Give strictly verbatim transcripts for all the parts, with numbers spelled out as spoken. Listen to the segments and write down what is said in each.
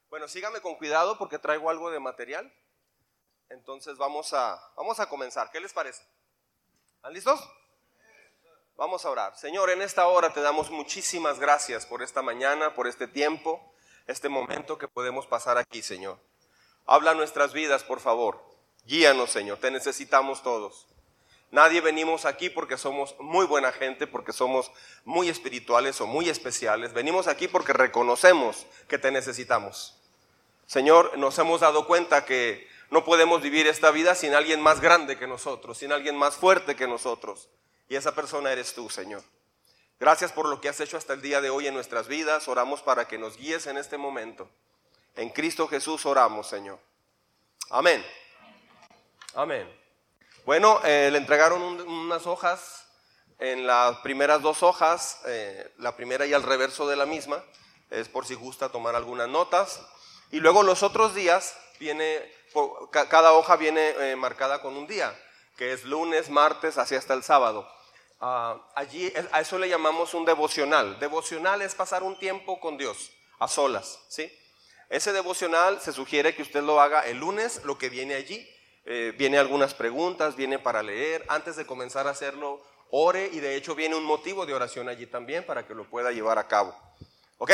Bueno, sígame con cuidado porque traigo algo de material. Entonces vamos a, vamos a comenzar. ¿Qué les parece? ¿Están listos? Vamos a orar. Señor, en esta hora te damos muchísimas gracias por esta mañana, por este tiempo, este momento que podemos pasar aquí, Señor. Habla nuestras vidas, por favor. Guíanos, Señor. Te necesitamos todos. Nadie venimos aquí porque somos muy buena gente, porque somos muy espirituales o muy especiales. Venimos aquí porque reconocemos que te necesitamos. Señor, nos hemos dado cuenta que no podemos vivir esta vida sin alguien más grande que nosotros, sin alguien más fuerte que nosotros. Y esa persona eres tú, Señor. Gracias por lo que has hecho hasta el día de hoy en nuestras vidas. Oramos para que nos guíes en este momento. En Cristo Jesús oramos, Señor. Amén. Amén. Bueno, eh, le entregaron un, unas hojas. En las primeras dos hojas, eh, la primera y al reverso de la misma, es por si gusta tomar algunas notas. Y luego los otros días, viene, por, ca, cada hoja viene eh, marcada con un día, que es lunes, martes, así hasta el sábado. Uh, allí a eso le llamamos un devocional. Devocional es pasar un tiempo con Dios, a solas, ¿sí? Ese devocional se sugiere que usted lo haga el lunes, lo que viene allí. Eh, viene algunas preguntas, viene para leer. Antes de comenzar a hacerlo, ore, y de hecho viene un motivo de oración allí también para que lo pueda llevar a cabo. ¿Ok?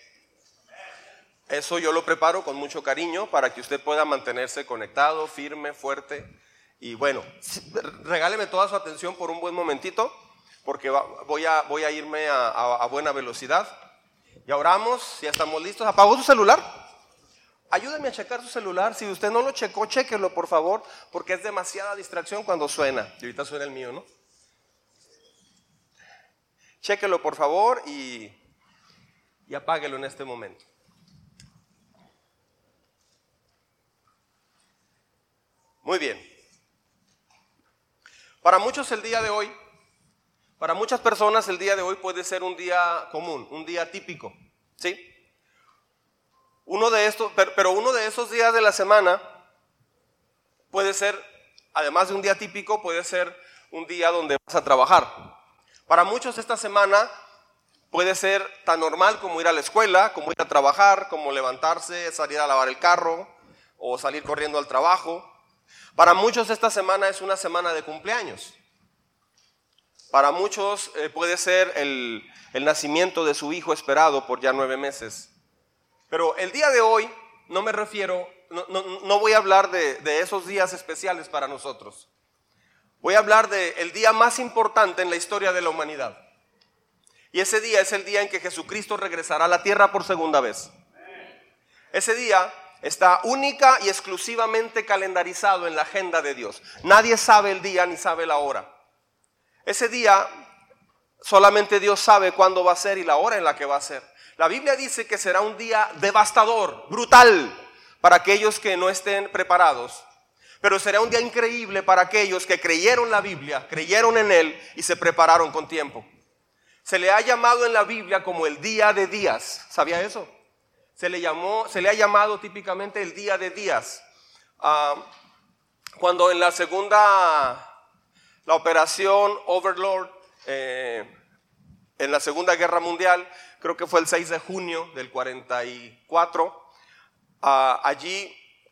Eso yo lo preparo con mucho cariño para que usted pueda mantenerse conectado, firme, fuerte. Y bueno, regáleme toda su atención por un buen momentito, porque va, voy, a, voy a irme a, a, a buena velocidad. Ya oramos, ya estamos listos. ¿Apagó su celular? Ayúdeme a checar su celular. Si usted no lo checó, chéquelo por favor, porque es demasiada distracción cuando suena. Y ahorita suena el mío, ¿no? Chéquelo por favor y, y apáguelo en este momento. Muy bien. Para muchos el día de hoy, para muchas personas el día de hoy puede ser un día común, un día típico, ¿sí? Uno de estos, pero uno de esos días de la semana puede ser, además de un día típico, puede ser un día donde vas a trabajar. Para muchos esta semana puede ser tan normal como ir a la escuela, como ir a trabajar, como levantarse, salir a lavar el carro o salir corriendo al trabajo. Para muchos esta semana es una semana de cumpleaños. Para muchos eh, puede ser el, el nacimiento de su hijo esperado por ya nueve meses. Pero el día de hoy no me refiero, no, no, no voy a hablar de, de esos días especiales para nosotros. Voy a hablar del día más importante en la historia de la humanidad. Y ese día es el día en que Jesucristo regresará a la tierra por segunda vez. Ese día está única y exclusivamente calendarizado en la agenda de Dios. Nadie sabe el día ni sabe la hora. Ese día solamente Dios sabe cuándo va a ser y la hora en la que va a ser. La Biblia dice que será un día devastador, brutal, para aquellos que no estén preparados. Pero será un día increíble para aquellos que creyeron la Biblia, creyeron en Él y se prepararon con tiempo. Se le ha llamado en la Biblia como el día de días. ¿Sabía eso? Se le, llamó, se le ha llamado típicamente el día de días. Uh, cuando en la segunda, la operación Overlord, eh, en la Segunda Guerra Mundial, creo que fue el seis de junio del cuarenta y cuatro, uh, allí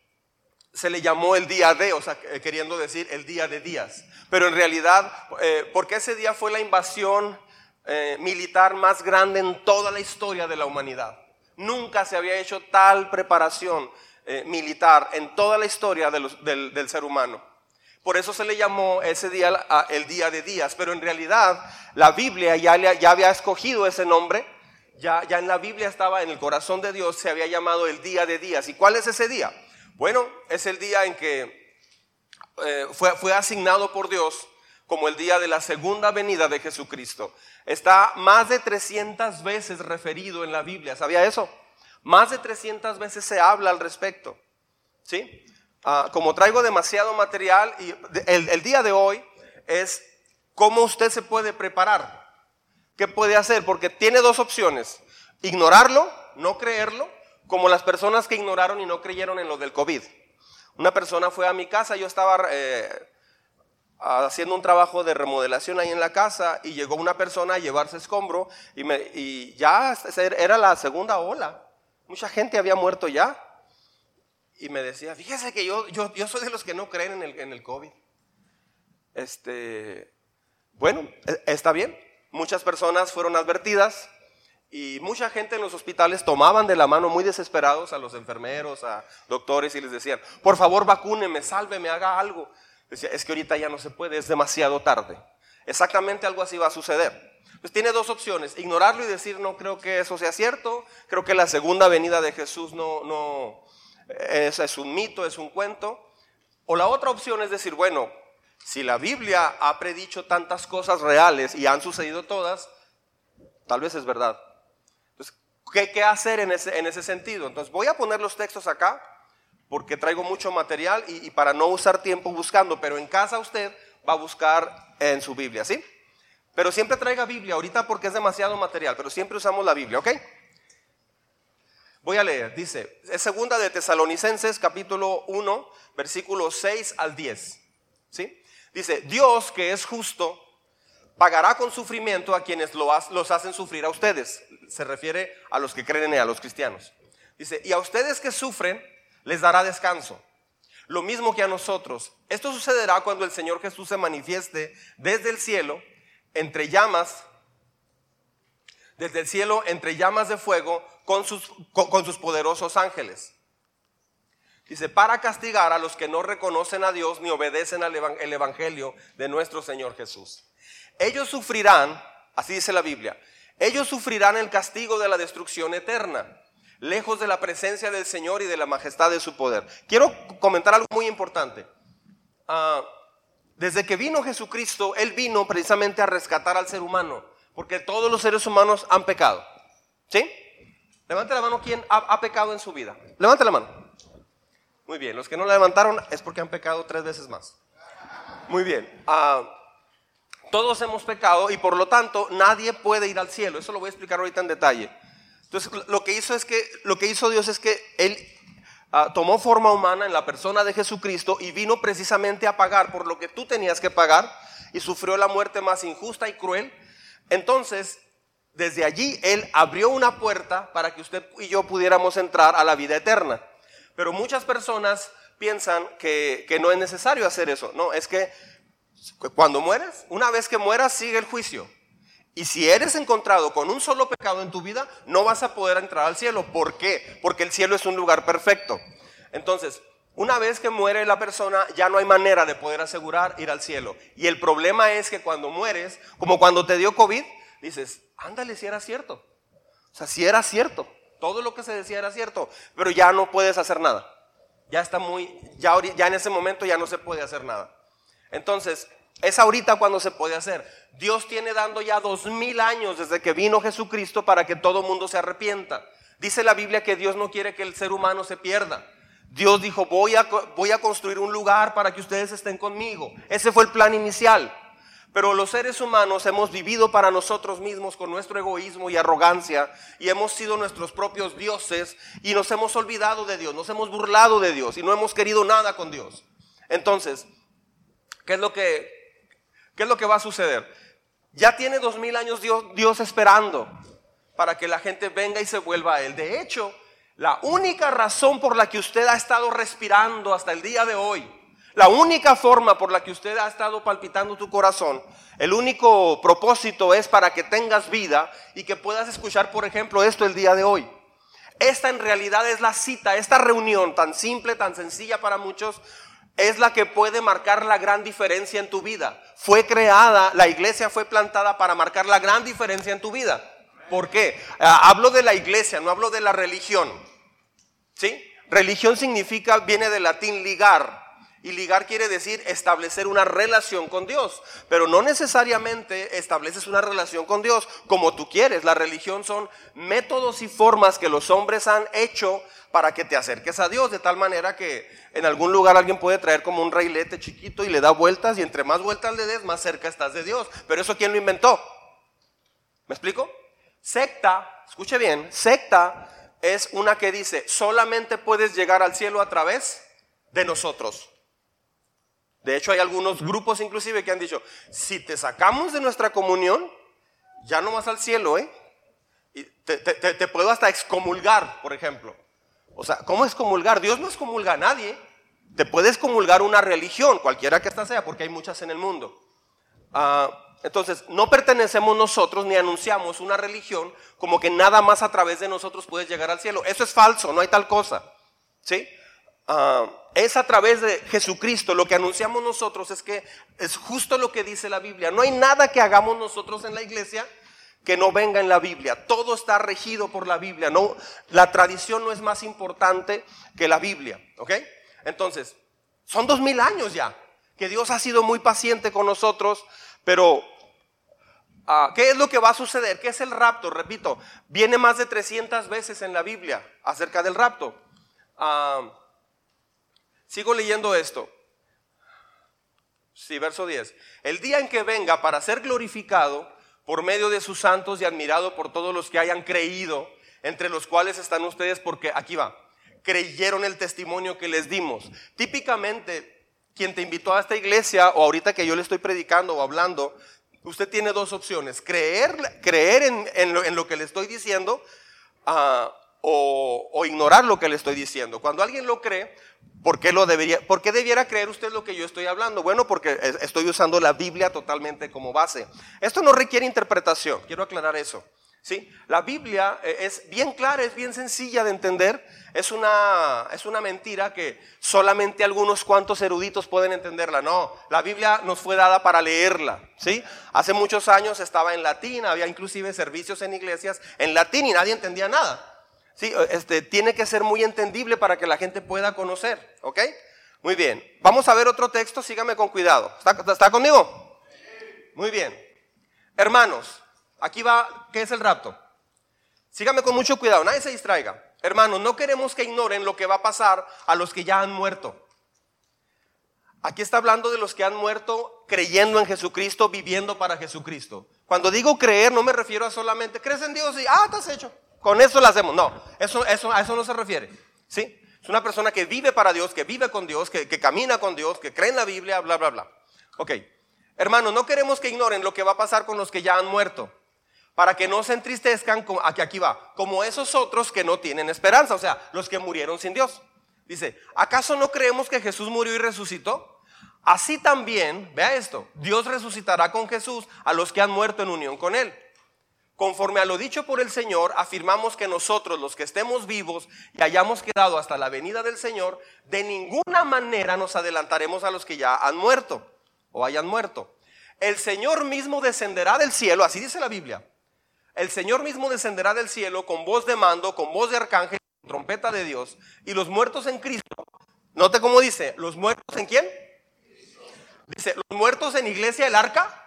se le llamó el día de, o sea, queriendo decir el día de días. Pero en realidad, eh, porque ese día fue la invasión eh, militar más grande en toda la historia de la humanidad. Nunca se había hecho tal preparación eh, militar en toda la historia de los, del, del ser humano. Por eso se le llamó ese día a, el día de días. Pero en realidad la Biblia ya, ya había escogido ese nombre. Ya, ya en la Biblia estaba, en el corazón de Dios se había llamado el día de días. ¿Y cuál es ese día? Bueno, es el día en que eh, fue, fue asignado por Dios como el día de la segunda venida de Jesucristo. Está más de trescientas veces referido en la Biblia. ¿Sabía eso? Más de trescientas veces se habla al respecto. ¿Sí? Uh, como traigo demasiado material, y el, el día de hoy es cómo usted se puede preparar. ¿Qué puede hacer? Porque tiene dos opciones. Ignorarlo, no creerlo, como las personas que ignoraron y no creyeron en lo del COVID. Una persona fue a mi casa, yo estaba eh, haciendo un trabajo de remodelación ahí en la casa y llegó una persona a llevarse escombro y, me, y ya era la segunda ola Mucha gente había muerto ya. Y me decía, fíjese que yo, yo, yo soy de los que no creen en el, en el COVID. Este, bueno, está bien. Muchas personas fueron advertidas y mucha gente en los hospitales tomaban de la mano muy desesperados a los enfermeros, a doctores y les decían, por favor vacúneme, sálveme, haga algo. Decía, es que ahorita ya no se puede, es demasiado tarde. Exactamente algo así va a suceder. Pues tiene dos opciones, ignorarlo y decir no creo que eso sea cierto, creo que la segunda venida de Jesús no, no es, es un mito, es un cuento. O la otra opción es decir, bueno, si la Biblia ha predicho tantas cosas reales y han sucedido todas, tal vez es verdad. Entonces, ¿qué, qué hacer en ese, en ese sentido? Entonces voy a poner los textos acá porque traigo mucho material y, y para no usar tiempo buscando, pero en casa usted va a buscar en su Biblia, ¿sí? Pero siempre traiga Biblia, ahorita porque es demasiado material, pero siempre usamos la Biblia, ¿ok? Voy a leer, dice, es segunda de Tesalonicenses capítulo uno, versículos seis al diez, ¿sí? Dice, Dios que es justo, pagará con sufrimiento a quienes lo ha, los hacen sufrir a ustedes. Se refiere a los que creen en él, a los cristianos. Dice, y a ustedes que sufren, les dará descanso. Lo mismo que a nosotros. Esto sucederá cuando el Señor Jesús se manifieste desde el cielo, entre llamas, desde el cielo, entre llamas de fuego, con sus, con, con sus poderosos ángeles. Dice, para castigar a los que no reconocen a Dios ni obedecen al el evangelio de nuestro Señor Jesús. Ellos sufrirán, así dice la Biblia, ellos sufrirán el castigo de la destrucción eterna, lejos de la presencia del Señor y de la majestad de su poder. Quiero comentar algo muy importante. Uh, desde que vino Jesucristo, Él vino precisamente a rescatar al ser humano, porque todos los seres humanos han pecado. ¿Sí? Levante la mano, ¿quién ha, ha pecado en su vida? Levante la mano. Muy bien, los que no la levantaron es porque han pecado tres veces más. Muy bien, uh, todos hemos pecado y por lo tanto nadie puede ir al cielo. Eso lo voy a explicar ahorita en detalle. Entonces lo que hizo es que, lo que hizo Dios es que Él uh, tomó forma humana en la persona de Jesucristo y vino precisamente a pagar por lo que tú tenías que pagar y sufrió la muerte más injusta y cruel. Entonces, desde allí Él abrió una puerta para que usted y yo pudiéramos entrar a la vida eterna. Pero muchas personas piensan que, que no es necesario hacer eso. No, es que cuando mueres, una vez que mueras sigue el juicio. Y si eres encontrado con un solo pecado en tu vida, no vas a poder entrar al cielo. ¿Por qué? Porque el cielo es un lugar perfecto. Entonces, una vez que muere la persona, ya no hay manera de poder asegurar ir al cielo. Y el problema es que cuando mueres, como cuando te dio COVID, dices, ándale, si era cierto. O sea, si era cierto. Todo lo que se decía era cierto, pero ya no puedes hacer nada. Ya está muy, ya, ya en ese momento ya no se puede hacer nada. Entonces, es ahorita cuando se puede hacer. Dios tiene dando ya dos mil años desde que vino Jesucristo para que todo mundo se arrepienta. Dice la Biblia que Dios no quiere que el ser humano se pierda. Dios dijo, voy a, voy a construir un lugar para que ustedes estén conmigo. Ese fue el plan inicial. Pero los seres humanos hemos vivido para nosotros mismos con nuestro egoísmo y arrogancia y hemos sido nuestros propios dioses y nos hemos olvidado de Dios, nos hemos burlado de Dios y no hemos querido nada con Dios. Entonces, ¿qué es lo que, qué es lo que va a suceder? Ya tiene dos mil años Dios, Dios esperando para que la gente venga y se vuelva a Él. De hecho, la única razón por la que usted ha estado respirando hasta el día de hoy, la única forma por la que usted ha estado palpitando tu corazón, el único propósito es para que tengas vida y que puedas escuchar, por ejemplo, esto el día de hoy. Esta en realidad es la cita, esta reunión tan simple, tan sencilla para muchos, es la que puede marcar la gran diferencia en tu vida. Fue creada, la iglesia fue plantada para marcar la gran diferencia en tu vida. ¿Por qué? Ah, hablo de la iglesia, no hablo de la religión. ¿Sí? Religión significa, viene del latín ligar. Y ligar quiere decir establecer una relación con Dios, pero no necesariamente estableces una relación con Dios como tú quieres. La religión son métodos y formas que los hombres han hecho para que te acerques a Dios, de tal manera que en algún lugar alguien puede traer como un railete chiquito y le da vueltas y entre más vueltas le des, más cerca estás de Dios. Pero eso, ¿quién lo inventó? ¿Me explico? Secta, escuche bien, secta es una que dice solamente puedes llegar al cielo a través de nosotros. De hecho, hay algunos grupos inclusive que han dicho, si te sacamos de nuestra comunión, ya no vas al cielo, ¿eh? Y te, te, te puedo hasta excomulgar, por ejemplo. O sea, ¿cómo excomulgar? Dios no excomulga a nadie. Te puede excomulgar una religión, cualquiera que ésta sea, porque hay muchas en el mundo. Uh, entonces, no pertenecemos nosotros ni anunciamos una religión como que nada más a través de nosotros puedes llegar al cielo. Eso es falso, no hay tal cosa. ¿Sí? Uh, es a través de Jesucristo. Lo que anunciamos nosotros es que es justo lo que dice la Biblia. No hay nada que hagamos nosotros en la iglesia que no venga en la Biblia. Todo está regido por la Biblia. No, la tradición no es más importante que la Biblia. ¿Ok? Entonces, son dos mil años ya que Dios ha sido muy paciente con nosotros, pero uh, ¿qué es lo que va a suceder? ¿Qué es el rapto? Repito, viene más de trescientas veces en la Biblia acerca del rapto. Uh, sigo leyendo esto. Sí, verso diez. El día en que venga para ser glorificado por medio de sus santos y admirado por todos los que hayan creído, entre los cuales están ustedes, porque aquí va, creyeron el testimonio que les dimos. Típicamente, quien te invitó a esta iglesia, o ahorita que yo le estoy predicando o hablando, usted tiene dos opciones: creer, creer en, en, lo, en lo que le estoy diciendo, uh, o, o ignorar lo que le estoy diciendo. Cuando alguien lo cree, ¿por qué lo debería, por qué debiera creer usted lo que yo estoy hablando? Bueno, porque estoy usando la Biblia totalmente como base. Esto no requiere interpretación, quiero aclarar eso. ¿Sí? La Biblia es bien clara, es bien sencilla de entender. Es una, es una mentira que solamente algunos cuantos eruditos pueden entenderla. No, la Biblia nos fue dada para leerla, ¿sí? Hace muchos años estaba en latín, había inclusive servicios en iglesias en latín y nadie entendía nada. ¿Sí? Este, tiene que ser muy entendible para que la gente pueda conocer, ¿ok? Muy bien, vamos a ver otro texto, sígame con cuidado. ¿Está, está conmigo? Muy bien. Hermanos, aquí va, ¿qué es el rapto? Sígame con mucho cuidado, nadie se distraiga. Hermanos, no queremos que ignoren lo que va a pasar a los que ya han muerto. Aquí está hablando de los que han muerto creyendo en Jesucristo, viviendo para Jesucristo. Cuando digo creer, no me refiero a solamente crees en Dios y ah, estás hecho. Con eso lo hacemos. No, eso, eso, a eso no se refiere. ¿Sí? Es una persona que vive para Dios, que vive con Dios, que, que camina con Dios, que cree en la Biblia, bla, bla, bla. Ok. Hermanos, no queremos que ignoren lo que va a pasar con los que ya han muerto, para que no se entristezcan, aquí, aquí va, como esos otros que no tienen esperanza, o sea, los que murieron sin Dios. Dice, ¿acaso no creemos que Jesús murió y resucitó? Así también, vea esto, Dios resucitará con Jesús a los que han muerto en unión con Él. Conforme a lo dicho por el Señor, afirmamos que nosotros, los que estemos vivos y hayamos quedado hasta la venida del Señor, de ninguna manera nos adelantaremos a los que ya han muerto o hayan muerto. El Señor mismo descenderá del cielo, así dice la Biblia. El Señor mismo descenderá del cielo con voz de mando, con voz de arcángel, con trompeta de Dios, y los muertos en Cristo. Note cómo dice, ¿los muertos en quién? Dice, ¿los muertos en iglesia el arca?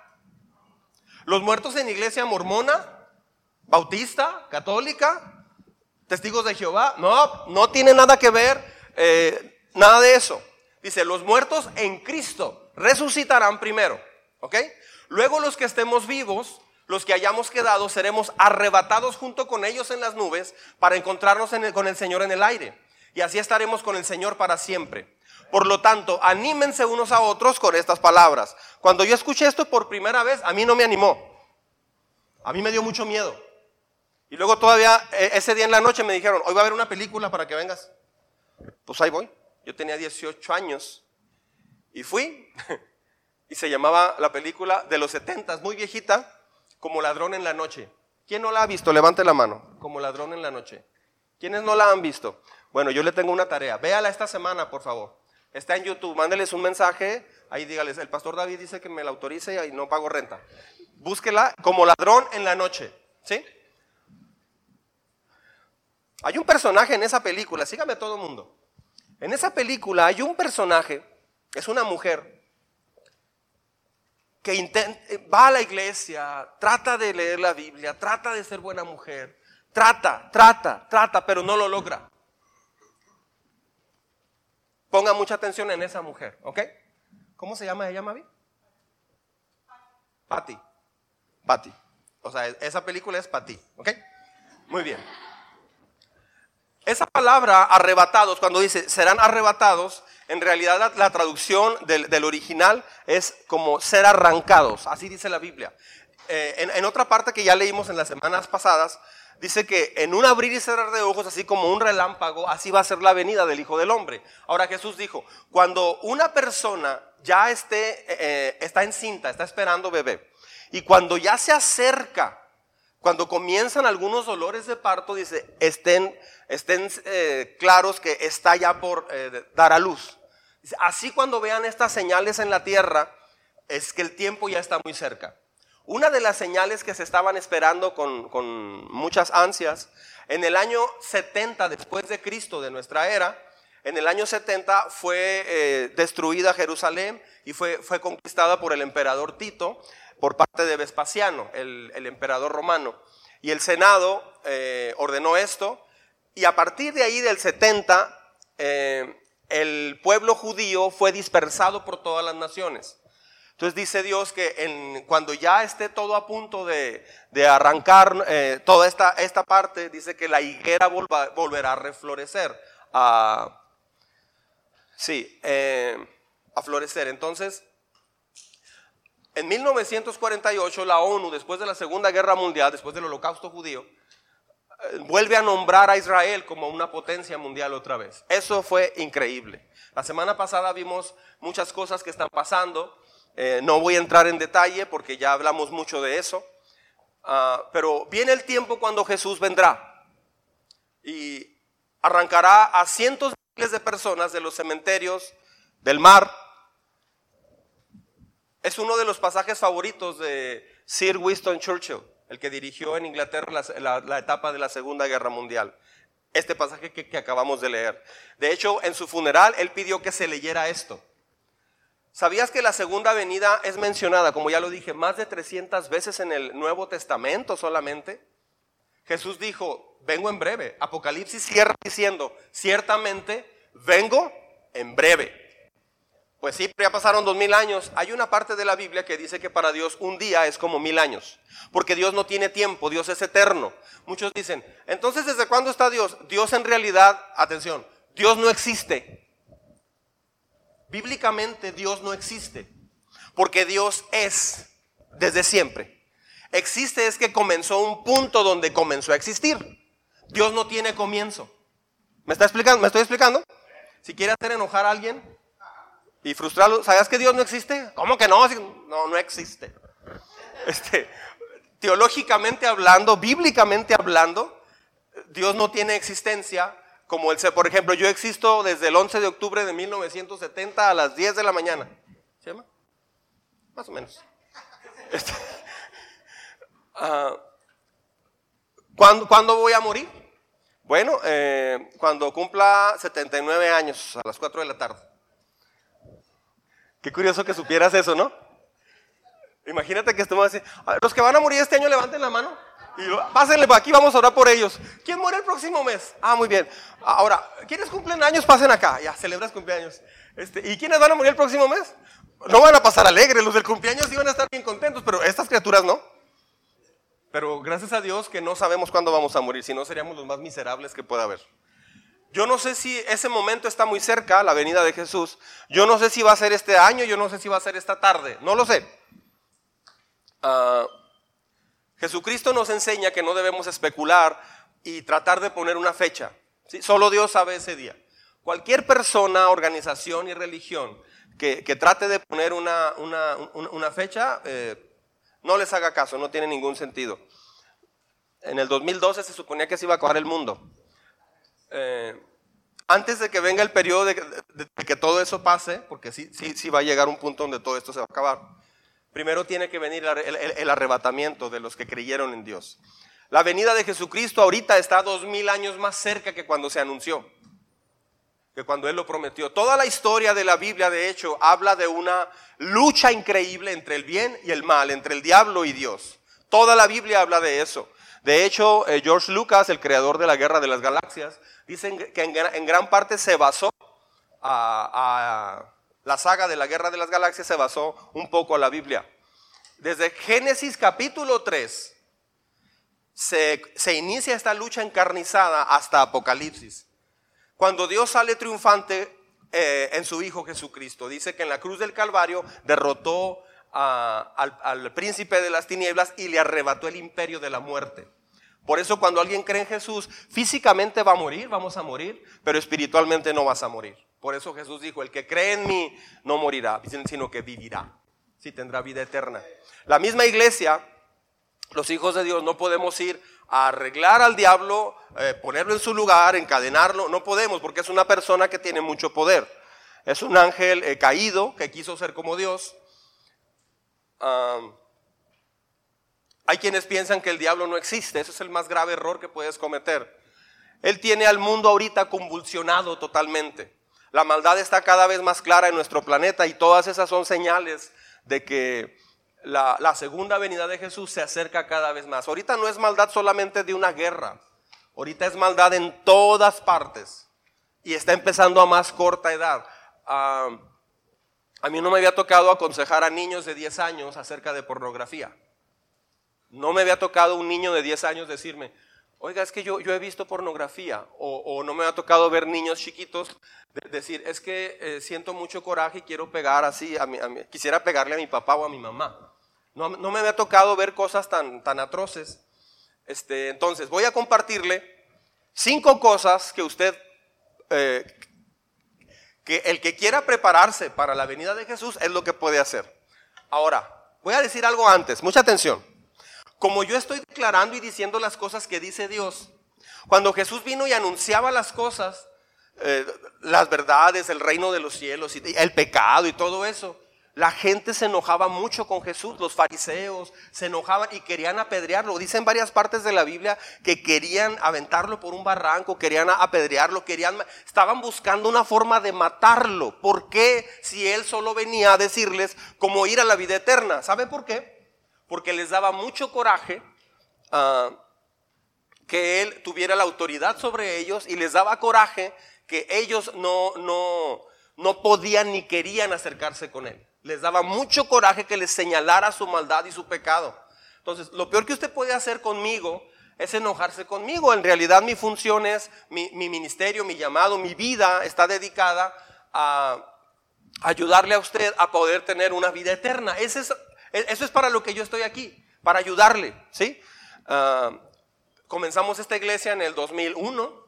¿Los muertos en iglesia mormona, bautista, católica, testigos de Jehová? No, no tiene nada que ver, eh, nada de eso. Dice, los muertos en Cristo resucitarán primero, ¿ok? Luego los que estemos vivos, los que hayamos quedado, seremos arrebatados junto con ellos en las nubes para encontrarnos en el, con el Señor en el aire. Y así estaremos con el Señor para siempre. Por lo tanto, anímense unos a otros con estas palabras. Cuando yo escuché esto por primera vez, a mí no me animó. A mí me dio mucho miedo. Y luego todavía ese día en la noche me dijeron, hoy va a haber una película para que vengas. Pues ahí voy. Yo tenía dieciocho años. Y fui. Y se llamaba la película de los setentas, muy viejita. Como ladrón en la noche. ¿Quién no la ha visto? Levante la mano. Como ladrón en la noche. ¿Quiénes no la han visto? Bueno, yo le tengo una tarea. Véala esta semana, por favor. Está en YouTube. Mándeles un mensaje. Ahí dígales, el pastor David dice que me la autorice y no pago renta. Búsquela, Como ladrón en la noche. ¿Sí? Hay un personaje en esa película. Sígame a todo el mundo. En esa película hay un personaje. Es una mujer. Que intenta, va a la iglesia, trata de leer la Biblia, trata de ser buena mujer, trata, trata, trata, pero no lo logra. Ponga mucha atención en esa mujer, ¿ok? ¿Cómo se llama ella, Mavi? Patty. Patty. O sea, esa película es para ti, ¿ok? Muy bien. Esa palabra arrebatados, cuando dice serán arrebatados, en realidad la, la traducción del, del original es como ser arrancados, así dice la Biblia. Eh, en, en otra parte que ya leímos en las semanas pasadas, dice que en un abrir y cerrar de ojos, así como un relámpago, así va a ser la venida del Hijo del Hombre. Ahora Jesús dijo, cuando una persona ya esté, eh, está encinta, está esperando bebé, y cuando ya se acerca, cuando comienzan algunos dolores de parto, dice, estén, estén eh, claros que está ya por eh, dar a luz. Dice, así cuando vean estas señales en la tierra, es que el tiempo ya está muy cerca. Una de las señales que se estaban esperando con, con muchas ansias, en el año setenta después de Cristo, de nuestra era, en el año setenta fue eh, destruida Jerusalén y fue, fue conquistada por el emperador Tito, por parte de Vespasiano, el, el emperador romano. Y el Senado eh, ordenó esto, y a partir de ahí del setenta, eh, el pueblo judío fue dispersado por todas las naciones. Entonces dice Dios que en, cuando ya esté todo a punto de, de arrancar eh, toda esta, esta parte, dice que la higuera volva, volverá a reflorecer, a, sí, eh, a florecer. Entonces, en mil novecientos cuarenta y ocho la ONU, después de la Segunda Guerra Mundial, después del Holocausto judío, eh, vuelve a nombrar a Israel como una potencia mundial otra vez. Eso fue increíble. La semana pasada vimos muchas cosas que están pasando. Eh, no voy a entrar en detalle porque ya hablamos mucho de eso, uh, pero viene el tiempo cuando Jesús vendrá y arrancará a cientos de miles de personas de los cementerios, del mar. Es uno de los pasajes favoritos de Sir Winston Churchill, el que dirigió en Inglaterra la, la, la etapa de la Segunda Guerra Mundial. Este pasaje que, que acabamos de leer. De hecho, en su funeral él pidió que se leyera esto. ¿Sabías que la segunda venida es mencionada, como ya lo dije, más de trescientas veces en el Nuevo Testamento solamente? Jesús dijo, vengo en breve. Apocalipsis cierra diciendo, ciertamente vengo en breve. Pues sí, ya pasaron dos mil años. Hay una parte de la Biblia que dice que para Dios un día es como mil años. Porque Dios no tiene tiempo, Dios es eterno. Muchos dicen, entonces ¿desde cuándo está Dios? Dios en realidad, atención, Dios no existe. Bíblicamente Dios no existe, porque Dios es desde siempre. Existe es que comenzó un punto donde comenzó a existir. Dios no tiene comienzo. ¿Me está explicando? ¿Me estoy explicando? Si quiere hacer enojar a alguien y frustrarlo, ¿sabías que Dios no existe? ¿Cómo que no? No, no existe. Este, teológicamente hablando, bíblicamente hablando, Dios no tiene existencia. Como el, por ejemplo, yo existo desde el once de octubre de mil novecientos setenta a las diez de la mañana. ¿Se llama? Más o menos. Este, uh, ¿cuándo, ¿Cuándo voy a morir? Bueno, eh, cuando cumpla setenta y nueve años, a las cuatro de la tarde. Qué curioso que supieras eso, ¿no? Imagínate que estemos así. Los que van a morir este año levanten la mano. Y pásenle para aquí, vamos a orar por ellos. ¿Quién muere el próximo mes? Ah, muy bien. Ahora, ¿quiénes cumplen años? Pasen acá. Ya, celebras cumpleaños. Este, ¿Y quiénes van a morir el próximo mes? No van a pasar alegres. Los del cumpleaños sí van a estar bien contentos, pero estas criaturas no. Pero gracias a Dios que no sabemos cuándo vamos a morir, si no seríamos los más miserables que pueda haber. Yo no sé si ese momento está muy cerca, la venida de Jesús. Yo no sé si va a ser este año, yo no sé si va a ser esta tarde. No lo sé. Ah... Uh, Jesucristo nos enseña que no debemos especular y tratar de poner una fecha, ¿sí? Solo Dios sabe ese día. Cualquier persona, organización y religión que, que trate de poner una, una, una fecha, eh, no les haga caso, no tiene ningún sentido. En el dos mil doce se suponía que se iba a acabar el mundo. Eh, antes de que venga el periodo de, de, de que todo eso pase, porque sí, sí, sí va a llegar un punto donde todo esto se va a acabar. Primero tiene que venir el, el, el arrebatamiento de los que creyeron en Dios. La venida de Jesucristo ahorita está dos mil años más cerca que cuando se anunció, que cuando Él lo prometió. Toda la historia de la Biblia, de hecho, habla de una lucha increíble entre el bien y el mal, entre el diablo y Dios. Toda la Biblia habla de eso. De hecho, eh, George Lucas, el creador de la Guerra de las Galaxias, dicen que en, en gran parte se basó a... a La saga de la Guerra de las Galaxias se basó un poco a la Biblia. Desde Génesis capítulo tres se, se inicia esta lucha encarnizada hasta Apocalipsis. Cuando Dios sale triunfante eh, en su Hijo Jesucristo. Dice que en la cruz del Calvario derrotó a, al, al príncipe de las tinieblas y le arrebató el imperio de la muerte. Por eso cuando alguien cree en Jesús, físicamente va a morir, vamos a morir, pero espiritualmente no vas a morir. Por eso Jesús dijo, el que cree en mí no morirá, sino que vivirá, sí tendrá vida eterna. La misma iglesia, los hijos de Dios, no podemos ir a arreglar al diablo, eh, ponerlo en su lugar, encadenarlo, no podemos porque es una persona que tiene mucho poder. Es un ángel eh, caído que quiso ser como Dios. Um, hay quienes piensan que el diablo no existe, ese es el más grave error que puedes cometer. Él tiene al mundo ahorita convulsionado totalmente. La maldad está cada vez más clara en nuestro planeta y todas esas son señales de que la, la segunda venida de Jesús se acerca cada vez más. Ahorita no es maldad solamente de una guerra, ahorita es maldad en todas partes y está empezando a más corta edad. Uh, a mí no me había tocado aconsejar a niños de diez años acerca de pornografía. No me había tocado un niño de diez años decirme, oiga, es que yo, yo he visto pornografía, o, o no me ha tocado ver niños chiquitos de, decir, es que eh, siento mucho coraje y quiero pegar así, a mi, a mi, quisiera pegarle a mi papá o a mi mamá. No, no me había tocado ver cosas tan, tan atroces. Este, entonces, voy a compartirle cinco cosas que usted, eh, que el que quiera prepararse para la venida de Jesús es lo que puede hacer. Ahora, voy a decir algo antes, mucha atención. Como yo estoy declarando y diciendo las cosas que dice Dios, cuando Jesús vino y anunciaba las cosas, eh, las verdades, el reino de los cielos, y el pecado y todo eso, la gente se enojaba mucho con Jesús, los fariseos se enojaban y querían apedrearlo. Dice en varias partes de la Biblia que querían aventarlo por un barranco, querían apedrearlo, querían, estaban buscando una forma de matarlo. ¿Por qué? Si él solo venía a decirles cómo ir a la vida eterna. ¿Sabe por qué? Porque les daba mucho coraje uh, que él tuviera la autoridad sobre ellos y les daba coraje que ellos no, no, no podían ni querían acercarse con él. Les daba mucho coraje que les señalara su maldad y su pecado. Entonces, lo peor que usted puede hacer conmigo es enojarse conmigo. En realidad mi función es, mi, mi ministerio, mi llamado, mi vida está dedicada a ayudarle a usted a poder tener una vida eterna. Ese es... Eso es para lo que yo estoy aquí, para ayudarle, ¿sí? Uh, comenzamos esta iglesia en el dos mil uno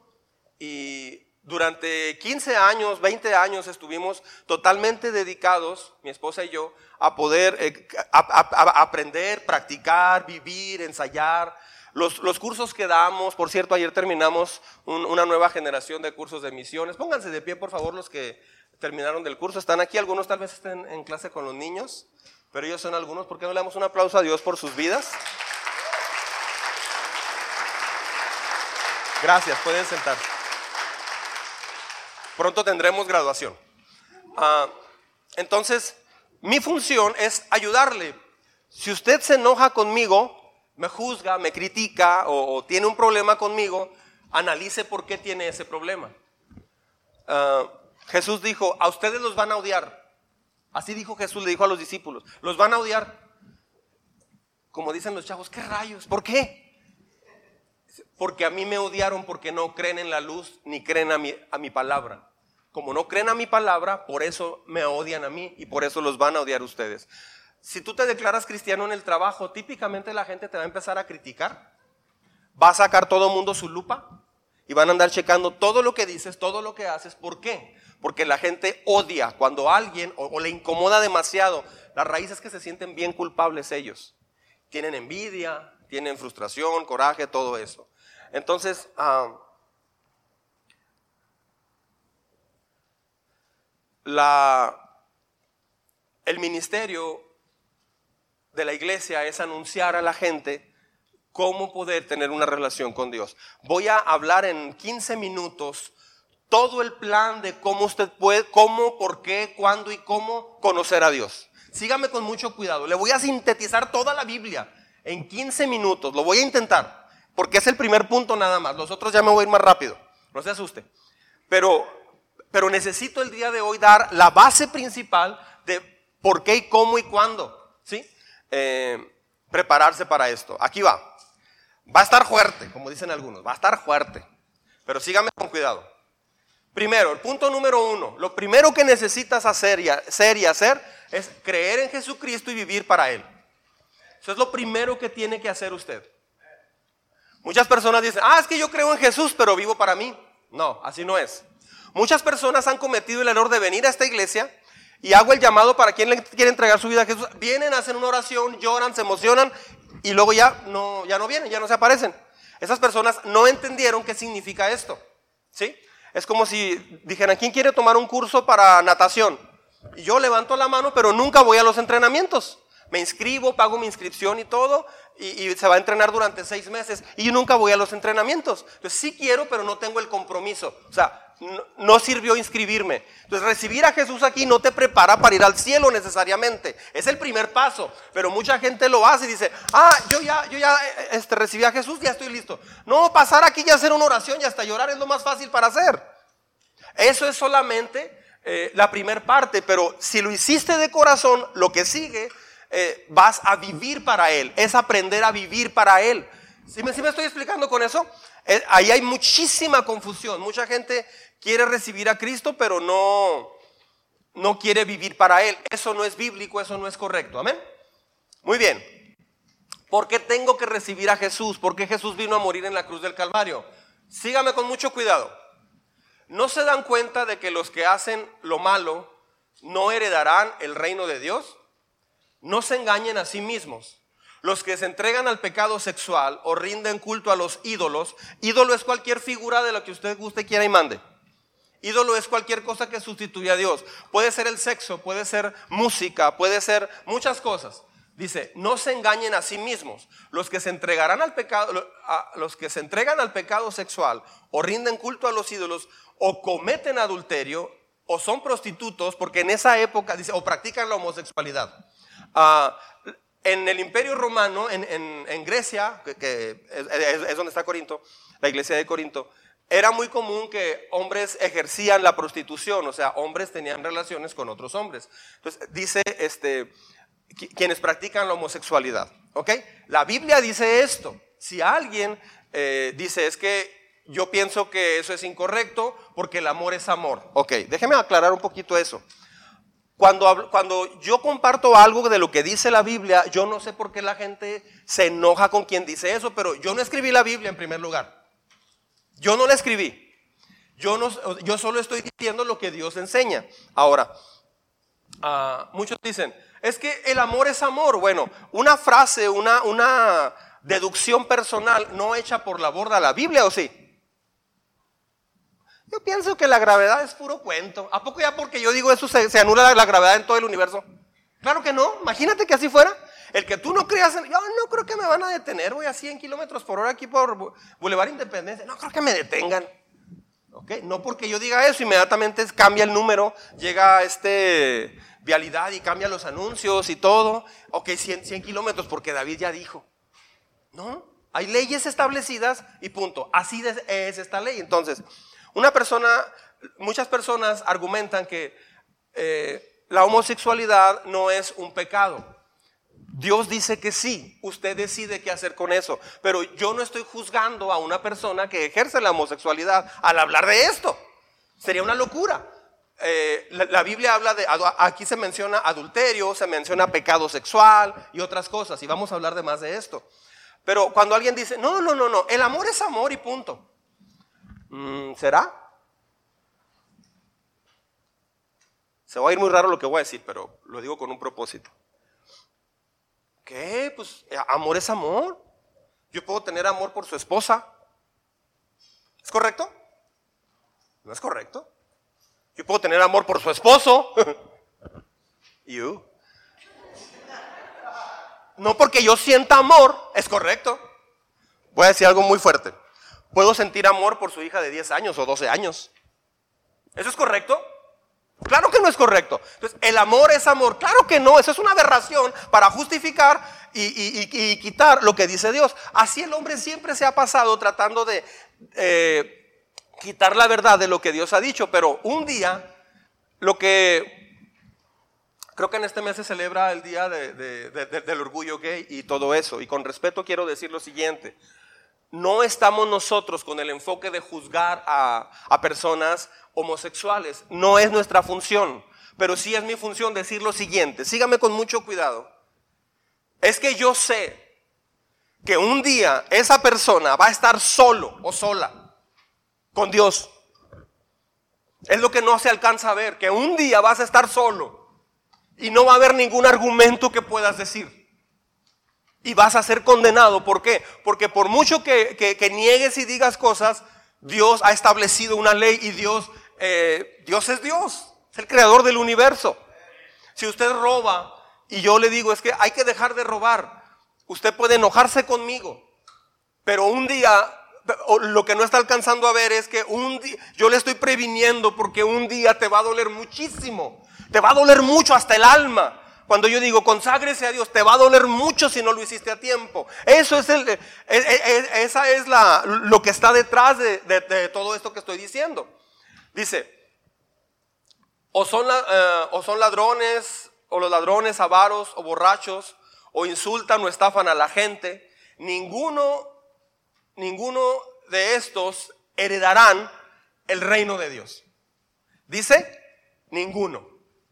y durante quince años, veinte años estuvimos totalmente dedicados, mi esposa y yo, a poder eh, a, a, a aprender, practicar, vivir, ensayar. Los, los cursos que damos, por cierto, ayer terminamos un, una nueva generación de cursos de misiones. Pónganse de pie, por favor, los que terminaron del curso. Están aquí, algunos tal vez estén en clase con los niños. Pero ellos son algunos. ¿Por qué no le damos un aplauso a Dios por sus vidas? Gracias, pueden sentarse. Pronto tendremos graduación. Uh, entonces, mi función es ayudarle. Si usted se enoja conmigo, me juzga, me critica o, o tiene un problema conmigo, analice por qué tiene ese problema. Uh, Jesús dijo, a ustedes los van a odiar. Así dijo Jesús, le dijo a los discípulos, los van a odiar. Como dicen los chavos, ¿qué rayos? ¿Por qué? Porque a mí me odiaron porque no creen en la luz ni creen a mi, a mi palabra. Como no creen a mi palabra, por eso me odian a mí y por eso los van a odiar ustedes. Si tú te declaras cristiano en el trabajo, típicamente la gente te va a empezar a criticar. Va a sacar todo el mundo su lupa y van a andar checando todo lo que dices, todo lo que haces. ¿Por qué? Porque la gente odia cuando alguien o, o le incomoda demasiado. La raíz es que se sienten bien culpables ellos. Tienen envidia, tienen frustración, coraje, todo eso. Entonces, uh, la, el ministerio de la iglesia es anunciar a la gente cómo poder tener una relación con Dios. Voy a hablar en quince minutos todo el plan de cómo usted puede, cómo, por qué, cuándo y cómo conocer a Dios. Sígame con mucho cuidado. Le voy a sintetizar toda la Biblia en quince minutos. Lo voy a intentar, porque es el primer punto nada más. Los otros ya me voy a ir más rápido. No se asuste. Pero, pero necesito el día de hoy dar la base principal de por qué y cómo y cuándo. ¿Sí? Eh, prepararse para esto. Aquí va. Va a estar fuerte, como dicen algunos. Va a estar fuerte. Pero sígame con cuidado. Primero, el punto número uno, lo primero que necesitas hacer y, hacer y hacer es creer en Jesucristo y vivir para Él. Eso es lo primero que tiene que hacer usted. Muchas personas dicen, ah, es que yo creo en Jesús, pero vivo para mí. No, así no es. Muchas personas han cometido el error de venir a esta iglesia y hago el llamado para quien le quiere entregar su vida a Jesús. Vienen, hacen una oración, lloran, se emocionan y luego ya no, ya no vienen, ya no se aparecen. Esas personas no entendieron qué significa esto, ¿sí? Es como si dijeran, ¿quién quiere tomar un curso para natación? Y yo levanto la mano, pero nunca voy a los entrenamientos. Me inscribo, pago mi inscripción y todo, y, y se va a entrenar durante seis meses. Y yo nunca voy a los entrenamientos. Entonces sí quiero, pero no tengo el compromiso. O sea, no, no sirvió inscribirme. Entonces recibir a Jesús aquí no te prepara para ir al cielo necesariamente. Es el primer paso. Pero mucha gente lo hace y dice, ah, yo ya, yo ya este, recibí a Jesús, ya estoy listo. No, pasar aquí y hacer una oración y hasta llorar es lo más fácil para hacer. Eso es solamente eh, la primer parte. Pero si lo hiciste de corazón, lo que sigue... Eh, vas a vivir para Él, es aprender a vivir para Él. ¿Sí me, sí me estoy explicando con eso? Eh, ahí hay muchísima confusión. Mucha gente quiere recibir a Cristo, pero no, no quiere vivir para Él. Eso no es bíblico, eso no es correcto. Amén. Muy bien. ¿Por qué tengo que recibir a Jesús? ¿Por qué Jesús vino a morir en la cruz del Calvario? Sígame con mucho cuidado. ¿No se dan cuenta de que los que hacen lo malo no heredarán el reino de Dios? No se engañen a sí mismos. Los que se entregan al pecado sexual o rinden culto a los ídolos. Ídolo es cualquier figura de lo que usted guste, quiera y mande. Ídolo es cualquier cosa que sustituya a Dios. Puede ser el sexo, puede ser música, puede ser muchas cosas. Dice, no se engañen a sí mismos. Los que se entregarán al pecado, a los que se entregan al pecado sexual o rinden culto a los ídolos o cometen adulterio o son prostitutos, porque en esa época dice, o practican la homosexualidad. Uh, en el Imperio Romano, en, en, en Grecia, que, que es, es, es donde está Corinto, la iglesia de Corinto, era muy común que hombres ejercían la prostitución, o sea, hombres tenían relaciones con otros hombres. Entonces, dice, este, quienes practican la homosexualidad, ¿ok? La Biblia dice esto. Si alguien eh, dice, es que yo pienso que eso es incorrecto porque el amor es amor. Ok, déjeme aclarar un poquito eso. Cuando, cuando yo comparto algo de lo que dice la Biblia, yo no sé por qué la gente se enoja con quien dice eso, pero yo no escribí la Biblia en primer lugar. Yo no la escribí. Yo, no, yo solo estoy diciendo lo que Dios enseña. Ahora, uh, muchos dicen, es que el amor es amor. Bueno, una frase, una, una deducción personal no hecha por la borda la Biblia, ¿o sí? Yo pienso que la gravedad es puro cuento. ¿A poco ya porque yo digo eso se, se anula la, la gravedad en todo el universo? Claro que no. Imagínate que así fuera. El que tú no creas, en, yo no creo que me van a detener. Voy a cien kilómetros por hora aquí por Boulevard Independencia. No creo que me detengan. ¿Okay? No porque yo diga eso, inmediatamente cambia el número, llega este vialidad y cambia los anuncios y todo. Ok, cien, cien kilómetros porque David ya dijo. No, hay leyes establecidas y punto. Así es esta ley. Entonces, una persona, muchas personas argumentan que eh, la homosexualidad no es un pecado. Dios dice que sí, usted decide qué hacer con eso. Pero yo no estoy juzgando a una persona que ejerce la homosexualidad al hablar de esto. Sería una locura. Eh, la, la Biblia habla de, aquí se menciona adulterio, se menciona pecado sexual y otras cosas. Y vamos a hablar de más de esto. Pero cuando alguien dice, no, no, no, no, el amor es amor y punto. ¿Será? Se va a ir muy raro lo que voy a decir, pero lo digo con un propósito. ¿Qué? Pues amor es amor. Yo puedo tener amor por su esposa. ¿Es correcto? No es correcto. Yo puedo tener amor por su esposo. You. No porque yo sienta amor, es correcto. Voy a decir algo muy fuerte. Puedo sentir amor por su hija de diez años o doce años. ¿Eso es correcto? Claro que no es correcto. Entonces, el amor es amor. Claro que no, eso es una aberración para justificar y, y, y, y quitar lo que dice Dios. Así el hombre siempre se ha pasado tratando de eh, quitar la verdad de lo que Dios ha dicho. Pero un día, lo que creo que en este mes se celebra el día de, de, de, de, del orgullo gay y todo eso. Y con respeto quiero decir lo siguiente. No estamos nosotros con el enfoque de juzgar a, a personas homosexuales. No es nuestra función. Pero sí es mi función decir lo siguiente. Sígame con mucho cuidado. Es que yo sé que un día esa persona va a estar solo o sola con Dios. Es lo que no se alcanza a ver, que un día vas a estar solo y no va a haber ningún argumento que puedas decir. Y vas a ser condenado. ¿Por qué? Porque por mucho que, que, que niegues y digas cosas, Dios ha establecido una ley y Dios, eh, Dios es Dios, es el creador del universo. Si usted roba y yo le digo es que hay que dejar de robar, usted puede enojarse conmigo, pero un día, lo que no está alcanzando a ver es que un día, yo le estoy previniendo porque un día te va a doler muchísimo, te va a doler mucho hasta el alma. Cuando yo digo conságrese a Dios, te va a doler mucho si no lo hiciste a tiempo. Eso es el, es, es, esa es la, lo que está detrás de, de, de todo esto que estoy diciendo. Dice, o son, uh, o son ladrones, o los ladrones avaros, o borrachos, o insultan o estafan a la gente. Ninguno, ninguno de estos heredarán el reino de Dios. Dice, ninguno.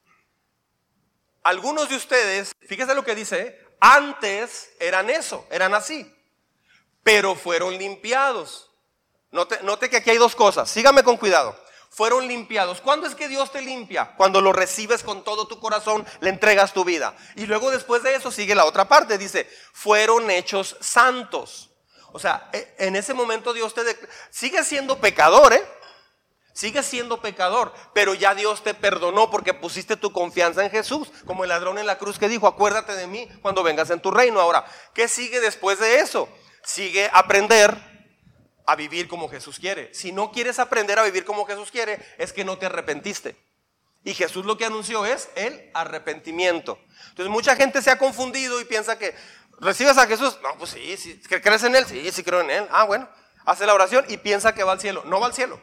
Algunos de ustedes, fíjese lo que dice, ¿eh? Antes eran eso, eran así, pero fueron limpiados. Note, note que aquí hay dos cosas, sígame con cuidado. Fueron limpiados. ¿Cuándo es que Dios te limpia? Cuando lo recibes con todo tu corazón, le entregas tu vida. Y luego después de eso sigue la otra parte, dice, fueron hechos santos. O sea, en ese momento Dios te de... sigue siendo pecador, ¿eh? Sigue siendo pecador, pero ya Dios te perdonó porque pusiste tu confianza en Jesús, como el ladrón en la cruz que dijo, acuérdate de mí cuando vengas en tu reino. Ahora, ¿qué sigue después de eso? Sigue aprender a vivir como Jesús quiere. Si no quieres aprender a vivir como Jesús quiere, es que no te arrepentiste. Y Jesús lo que anunció es el arrepentimiento. Entonces mucha gente se ha confundido y piensa que ¿recibes a Jesús? No, pues sí, sí. ¿Crees en Él? Sí, sí creo en Él. Ah, bueno, hace la oración y piensa que va al cielo. No va al cielo.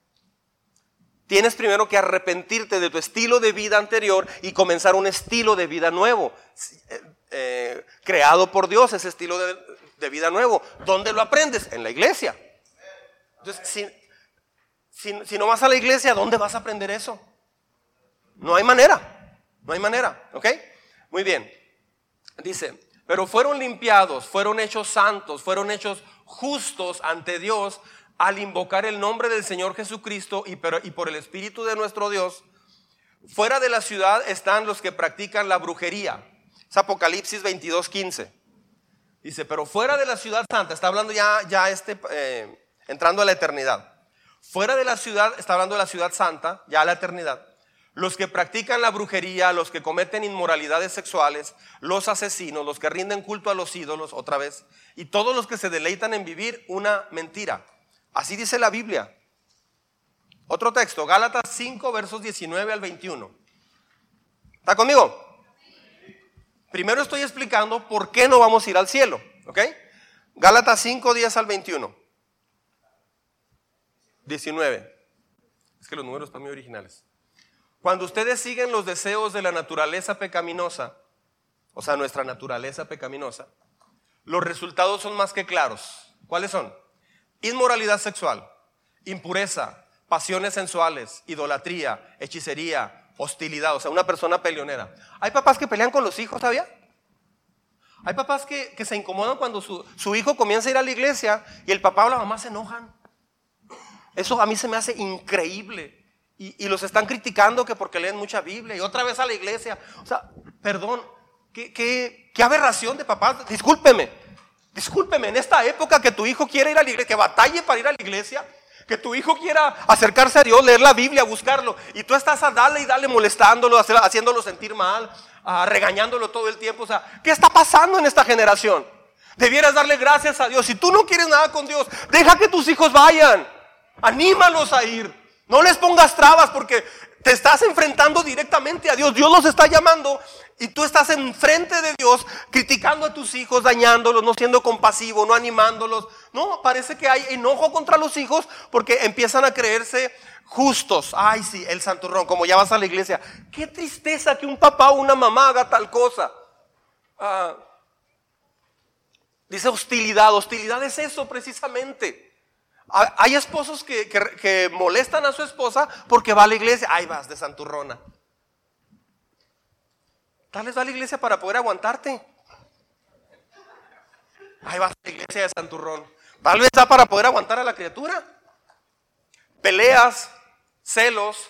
Tienes primero que arrepentirte de tu estilo de vida anterior y comenzar un estilo de vida nuevo, eh, eh, creado por Dios, ese estilo de, de vida nuevo. ¿Dónde lo aprendes? En la iglesia. Entonces, si, si, si no vas a la iglesia, ¿dónde vas a aprender eso? No hay manera, no hay manera, ¿ok? Muy bien, dice, pero fueron limpiados, fueron hechos santos, fueron hechos justos ante Dios, al invocar el nombre del Señor Jesucristo y, pero, y por el Espíritu de nuestro Dios. Fuera de la ciudad están los que practican la brujería. Es Apocalipsis veintidós quince. Dice, pero fuera de la ciudad santa, está hablando ya, ya este, eh, entrando a la eternidad. Fuera de la ciudad, está hablando de la ciudad santa, ya a la eternidad. Los que practican la brujería, los que cometen inmoralidades sexuales, los asesinos, los que rinden culto a los ídolos, otra vez, y todos los que se deleitan en vivir una mentira. Así dice la Biblia. Otro texto, Gálatas cinco, versos diecinueve al veintiuno. ¿Está conmigo? Primero estoy explicando por qué no vamos a ir al cielo, ¿ok? Gálatas cinco, diez al veintiuno. diecinueve. Es que los números están muy originales. Cuando ustedes siguen los deseos de la naturaleza pecaminosa, o sea, nuestra naturaleza pecaminosa, los resultados son más que claros. ¿Cuáles son? Inmoralidad sexual, impureza, pasiones sensuales, idolatría, hechicería, hostilidad, o sea, una persona peleonera. Hay papás que pelean con los hijos, ¿sabía? Hay papás que, que se incomodan cuando su, su hijo comienza a ir a la iglesia y el papá o la mamá se enojan. Eso a mí se me hace increíble. Y, y los están criticando que porque leen mucha Biblia y otra vez a la iglesia. O sea, perdón, qué, qué, qué aberración de papás. Discúlpeme. Discúlpeme, en esta época que tu hijo quiere ir a la iglesia, que batalle para ir a la iglesia, que tu hijo quiera acercarse a Dios, leer la Biblia, buscarlo, y tú estás a darle y darle molestándolo, haciéndolo sentir mal, uh, regañándolo todo el tiempo. O sea, ¿qué está pasando en esta generación? Debieras darle gracias a Dios. Si tú no quieres nada con Dios, deja que tus hijos vayan, anímalos a ir. No les pongas trabas porque te estás enfrentando directamente a Dios. Dios los está llamando y tú estás enfrente de Dios criticando a tus hijos, dañándolos, no siendo compasivo, no animándolos. No, parece que hay enojo contra los hijos porque empiezan a creerse justos. Ay, sí, el santurrón, como ya vas a la iglesia. Qué tristeza que un papá o una mamá haga tal cosa. Ah, dice hostilidad. Hostilidad es eso precisamente. Hay esposos que, que, que molestan a su esposa porque va a la iglesia. Ay, vas de santurrona. Tal vez va a la iglesia para poder aguantarte. Ahí va la iglesia de Santurrón. Tal vez da para poder aguantar a la criatura. Peleas, celos,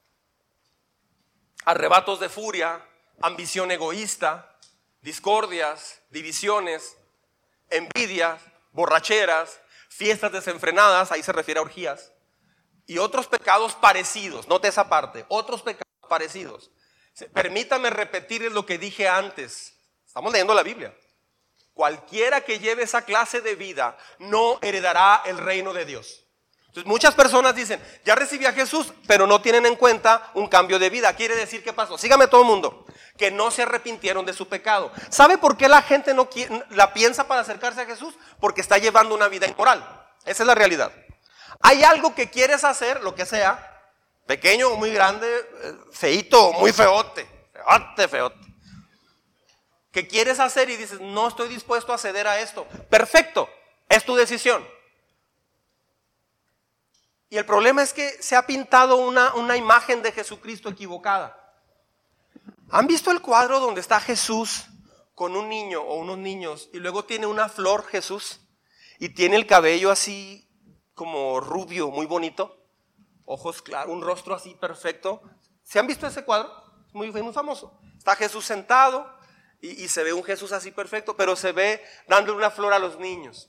arrebatos de furia, ambición egoísta, discordias, divisiones, envidias, borracheras, fiestas desenfrenadas, ahí se refiere a orgías, y otros pecados parecidos. Note esa parte, otros pecados parecidos. Permítame repetir lo que dije antes. Estamos leyendo la Biblia. Cualquiera que lleve esa clase de vida no heredará el reino de Dios. Entonces muchas personas dicen, ya recibí a Jesús, pero no tienen en cuenta un cambio de vida. Quiere decir, ¿qué pasó? Sígame todo el mundo. Que no se arrepintieron de su pecado. ¿Sabe por qué la gente no quiere, la piensa para acercarse a Jesús? Porque está llevando una vida inmoral. Esa es la realidad. Hay algo que quieres hacer, lo que sea, pequeño o muy grande, feíto o muy feote, feote, feote, que quieres hacer y dices, no estoy dispuesto a ceder a esto. Perfecto, es tu decisión. Y el problema es que se ha pintado una, una imagen de Jesucristo equivocada. ¿Han visto el cuadro donde está Jesús con un niño o unos niños y luego tiene una flor Jesús y tiene el cabello así como rubio, muy bonito, ojos claros, un rostro así perfecto? ¿Se han visto ese cuadro? Muy, muy famoso. Está Jesús sentado y, y se ve un Jesús así perfecto, pero se ve dándole una flor a los niños.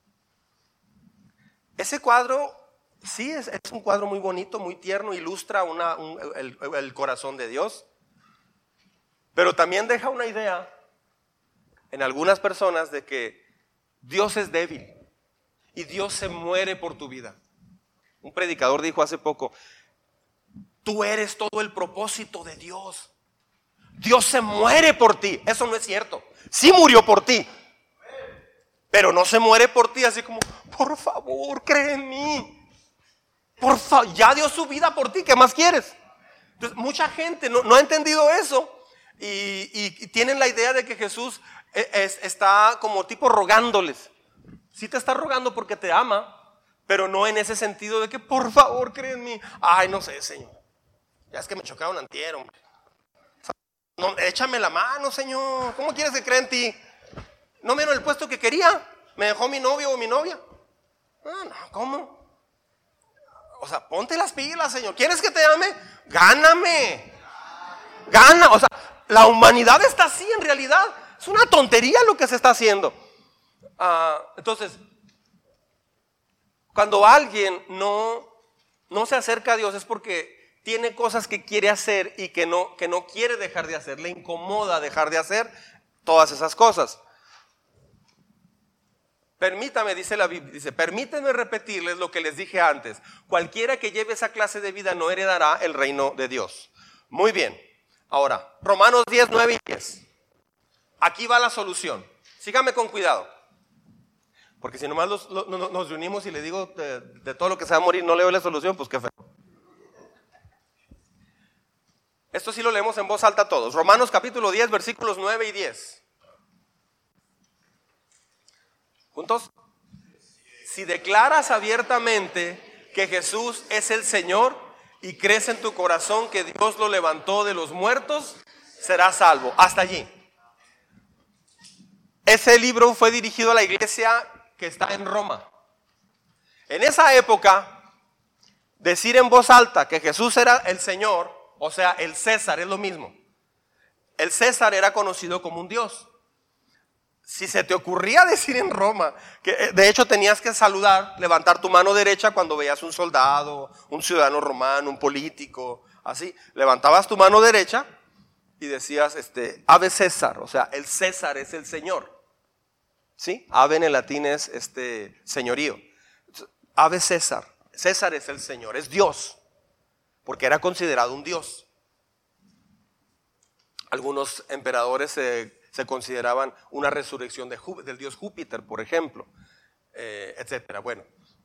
Ese cuadro sí es, es un cuadro muy bonito, muy tierno, ilustra una, un, el, el corazón de Dios, pero también deja una idea en algunas personas de que Dios es débil y Dios se muere por tu vida. Un predicador dijo hace poco, tú eres todo el propósito de Dios. Dios se muere por ti. Eso no es cierto. Sí murió por ti, pero no se muere por ti así como, por favor, cree en mí. Por favor, ya dio su vida por ti, ¿qué más quieres? Entonces, mucha gente no, no ha entendido eso y, y, y tienen la idea de que Jesús es, es, está como tipo rogándoles. Sí te está rogando porque te ama, pero no en ese sentido de que por favor cree en mí. Ay, no sé, Señor, ya es que me chocaron antier, hombre. No, échame la mano, Señor. ¿Cómo quieres que crea en ti? No me dieron el puesto que quería. Me dejó mi novio o mi novia. Ah, no, ¿cómo? O sea, ponte las pilas, Señor. ¿Quieres que te ame? Gáname. Gana. O sea, la humanidad está así en realidad. Es una tontería lo que se está haciendo. Uh, entonces, cuando alguien no, no se acerca a Dios es porque tiene cosas que quiere hacer y que no, que no quiere dejar de hacer. Le incomoda dejar de hacer todas esas cosas. Permítame, dice la Biblia, dice, permítanme repetirles lo que les dije antes. Cualquiera que lleve esa clase de vida no heredará el reino de Dios. Muy bien. Ahora, Romanos diez, nueve y diez. Aquí va la solución. Síganme con cuidado. Porque si nomás los, los, nos reunimos y le digo de, de todo lo que se va a morir, no leo la solución, pues qué feo. Esto sí lo leemos en voz alta todos. Romanos capítulo diez, versículos nueve y diez. ¿Juntos? Si declaras abiertamente que Jesús es el Señor y crees en tu corazón que Dios lo levantó de los muertos, serás salvo. Hasta allí. Ese libro fue dirigido a la iglesia que está en Roma. En esa época, decir en voz alta que Jesús era el Señor, o sea, el César, es lo mismo. El César era conocido como un dios. Si se te ocurría decir en Roma, que de hecho tenías que saludar, levantar tu mano derecha cuando veías un soldado, un ciudadano romano, un político, así, levantabas tu mano derecha y decías, este, Ave César, o sea, el César es el Señor. ¿Sí? Ave en el latín es este señorío. Ave César, César es el Señor, es Dios, porque era considerado un Dios. Algunos emperadores se, se consideraban una resurrección de, del dios Júpiter, por ejemplo, eh, etcétera. Bueno,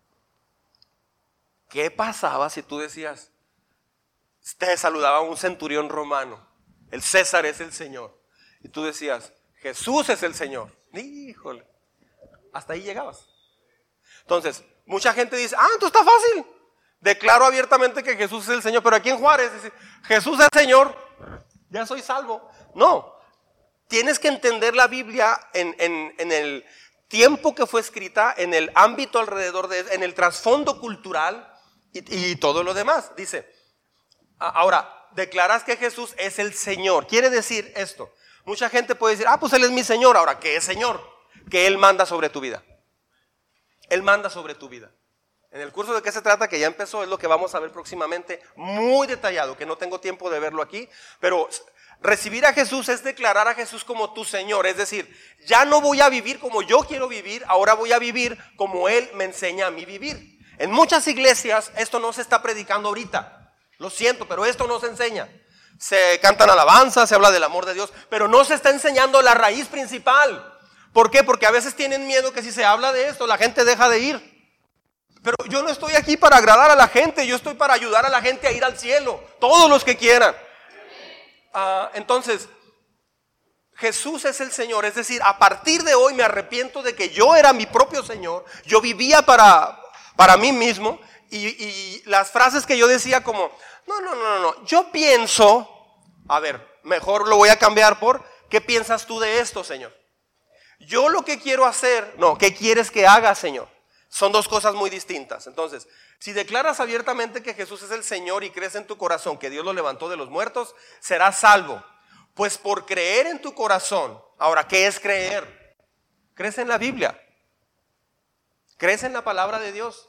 ¿qué pasaba si tú decías, te saludaba un centurión romano, el César es el Señor, y tú decías, Jesús es el Señor? Híjole, hasta ahí llegabas. Entonces, mucha gente dice, ah, entonces está fácil. Declaro abiertamente que Jesús es el Señor, pero aquí en Juárez dice, Jesús es el Señor, ya soy salvo. No, tienes que entender la Biblia en, en, en el tiempo que fue escrita, en el ámbito alrededor de, en el trasfondo cultural y, y todo lo demás. Dice, ahora, declaras que Jesús es el Señor. Quiere decir esto. Mucha gente puede decir, ah, pues Él es mi Señor. Ahora, ¿qué es Señor? Que Él manda sobre tu vida. Él manda sobre tu vida. En el curso de qué se trata, que ya empezó, es lo que vamos a ver próximamente, muy detallado, que no tengo tiempo de verlo aquí, pero recibir a Jesús es declarar a Jesús como tu Señor. Es decir, ya no voy a vivir como yo quiero vivir, ahora voy a vivir como Él me enseña a mí vivir. En muchas iglesias esto no se está predicando ahorita, lo siento, pero esto no se enseña. Se cantan alabanzas, se habla del amor de Dios, pero no se está enseñando la raíz principal. ¿Por qué? Porque a veces tienen miedo que si se habla de esto, la gente deja de ir. Pero yo no estoy aquí para agradar a la gente, yo estoy para ayudar a la gente a ir al cielo, todos los que quieran. Uh, entonces, Jesús es el Señor, es decir, a partir de hoy me arrepiento de que yo era mi propio Señor, yo vivía para, para mí mismo, y, y las frases que yo decía como, no, no, no, no, yo pienso, a ver, mejor lo voy a cambiar por, ¿qué piensas tú de esto, Señor? Yo lo que quiero hacer, no, ¿qué quieres que haga, Señor? Son dos cosas muy distintas. Entonces, si declaras abiertamente que Jesús es el Señor y crees en tu corazón que Dios lo levantó de los muertos, serás salvo. Pues por creer en tu corazón. Ahora, ¿qué es creer? ¿Crees en la Biblia? ¿Crees en la palabra de Dios?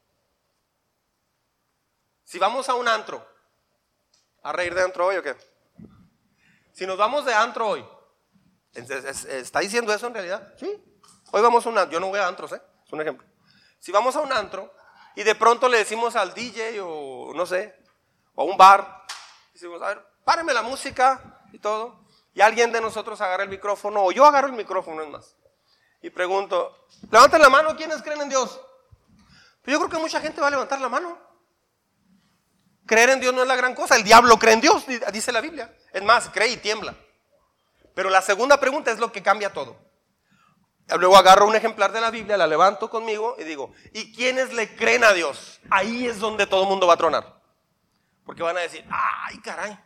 Si vamos a un antro, ¿a reír de antro hoy o qué? Si nos vamos de antro hoy, ¿está diciendo eso en realidad? Sí. Hoy vamos a un antro, yo no voy a antros, ¿eh? Es un ejemplo. Si vamos a un antro y de pronto le decimos al D J o no sé, o a un bar, decimos, a ver, páreme la música y todo, y alguien de nosotros agarra el micrófono, o yo agarro el micrófono, es más, y pregunto, levanten la mano, ¿quiénes creen en Dios? Pero yo creo que mucha gente va a levantar la mano. Creer en Dios no es la gran cosa, el diablo cree en Dios, dice la Biblia, es más, cree y tiembla. Pero la segunda pregunta es lo que cambia todo. Luego agarro un ejemplar de la Biblia, la levanto conmigo y digo, ¿y quiénes le creen a Dios? Ahí es donde todo el mundo va a tronar. Porque van a decir, ay caray,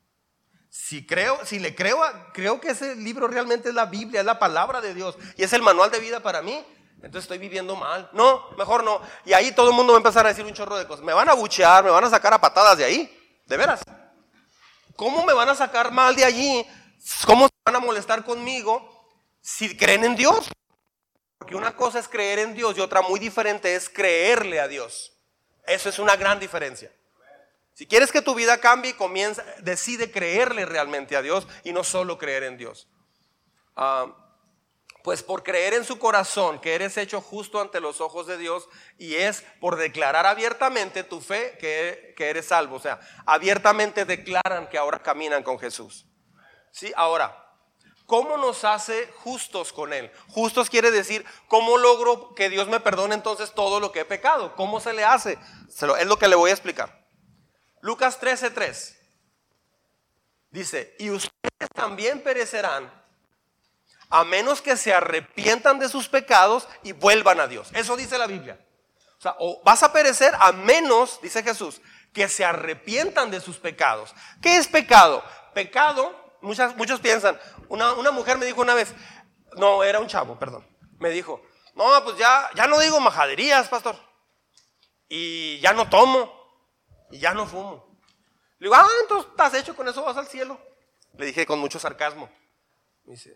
si creo, si le creo, a, creo que ese libro realmente es la Biblia, es la palabra de Dios y es el manual de vida para mí, entonces estoy viviendo mal. No, mejor no. Y ahí todo el mundo va a empezar a decir un chorro de cosas. Me van a buchear, me van a sacar a patadas de ahí, de veras. ¿Cómo me van a sacar mal de allí? ¿Cómo se van a molestar conmigo? Si creen en Dios, porque una cosa es creer en Dios y otra muy diferente es creerle a Dios. Eso es una gran diferencia. Si quieres que tu vida cambie, comienza, decide creerle realmente a Dios y no solo creer en Dios. Uh, pues por creer en su corazón que eres hecho justo ante los ojos de Dios, y es por declarar abiertamente tu fe que, que eres salvo. O sea, abiertamente declaran que ahora caminan con Jesús. ¿Sí? Ahora, ¿cómo nos hace justos con Él? Justos quiere decir, ¿cómo logro que Dios me perdone entonces todo lo que he pecado? ¿Cómo se le hace? Es lo que le voy a explicar. Lucas trece tres dice, y ustedes también perecerán a menos que se arrepientan de sus pecados y vuelvan a Dios. Eso dice la Biblia. O sea, o vas a perecer a menos, dice Jesús, que se arrepientan de sus pecados. ¿Qué es pecado? Pecado... Muchas, muchos piensan, una, una mujer me dijo una vez, no, era un chavo, perdón, me dijo, no, pues ya, ya no digo majaderías, pastor, y ya no tomo, y ya no fumo. Le digo, ah, entonces estás hecho, con eso vas al cielo. Le dije con mucho sarcasmo. Me dice,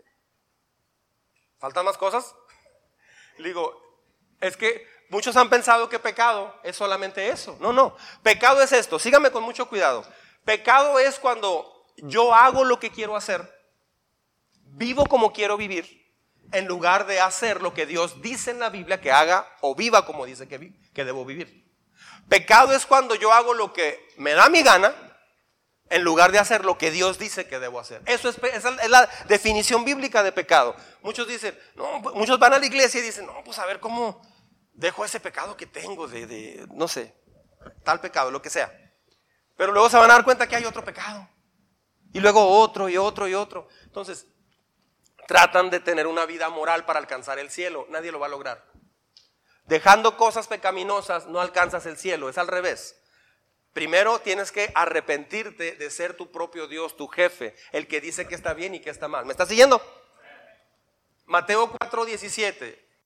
¿faltan más cosas? Le digo, es que muchos han pensado que pecado es solamente eso. No, no, pecado es esto, sígame con mucho cuidado. Pecado es cuando yo hago lo que quiero hacer, vivo como quiero vivir, en lugar de hacer lo que Dios dice en la Biblia que haga o viva como dice que, vi, que debo vivir. Pecado es cuando yo hago lo que me da mi gana, en lugar de hacer lo que Dios dice que debo hacer. Eso es, esa es la definición bíblica de pecado. Muchos dicen, no, muchos van a la iglesia y dicen, no, pues a ver cómo dejo ese pecado que tengo de, de no sé, tal pecado, lo que sea. Pero luego se van a dar cuenta que hay otro pecado. Y luego otro y otro y otro. Entonces, tratan de tener una vida moral para alcanzar el cielo. Nadie lo va a lograr. Dejando cosas pecaminosas no alcanzas el cielo. Es al revés. Primero tienes que arrepentirte de ser tu propio Dios, tu jefe, el que dice que está bien y que está mal. ¿Me estás siguiendo? Mateo cuatro diecisiete.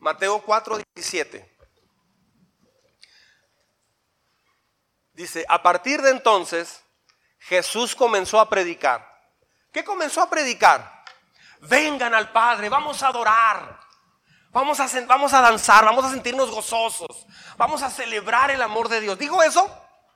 Mateo cuatro diecisiete. Dice, a partir de entonces, Jesús comenzó a predicar. ¿Qué comenzó a predicar? Vengan al Padre, vamos a adorar, vamos a, vamos a danzar, vamos a sentirnos gozosos, vamos a celebrar el amor de Dios. ¿Dijo eso?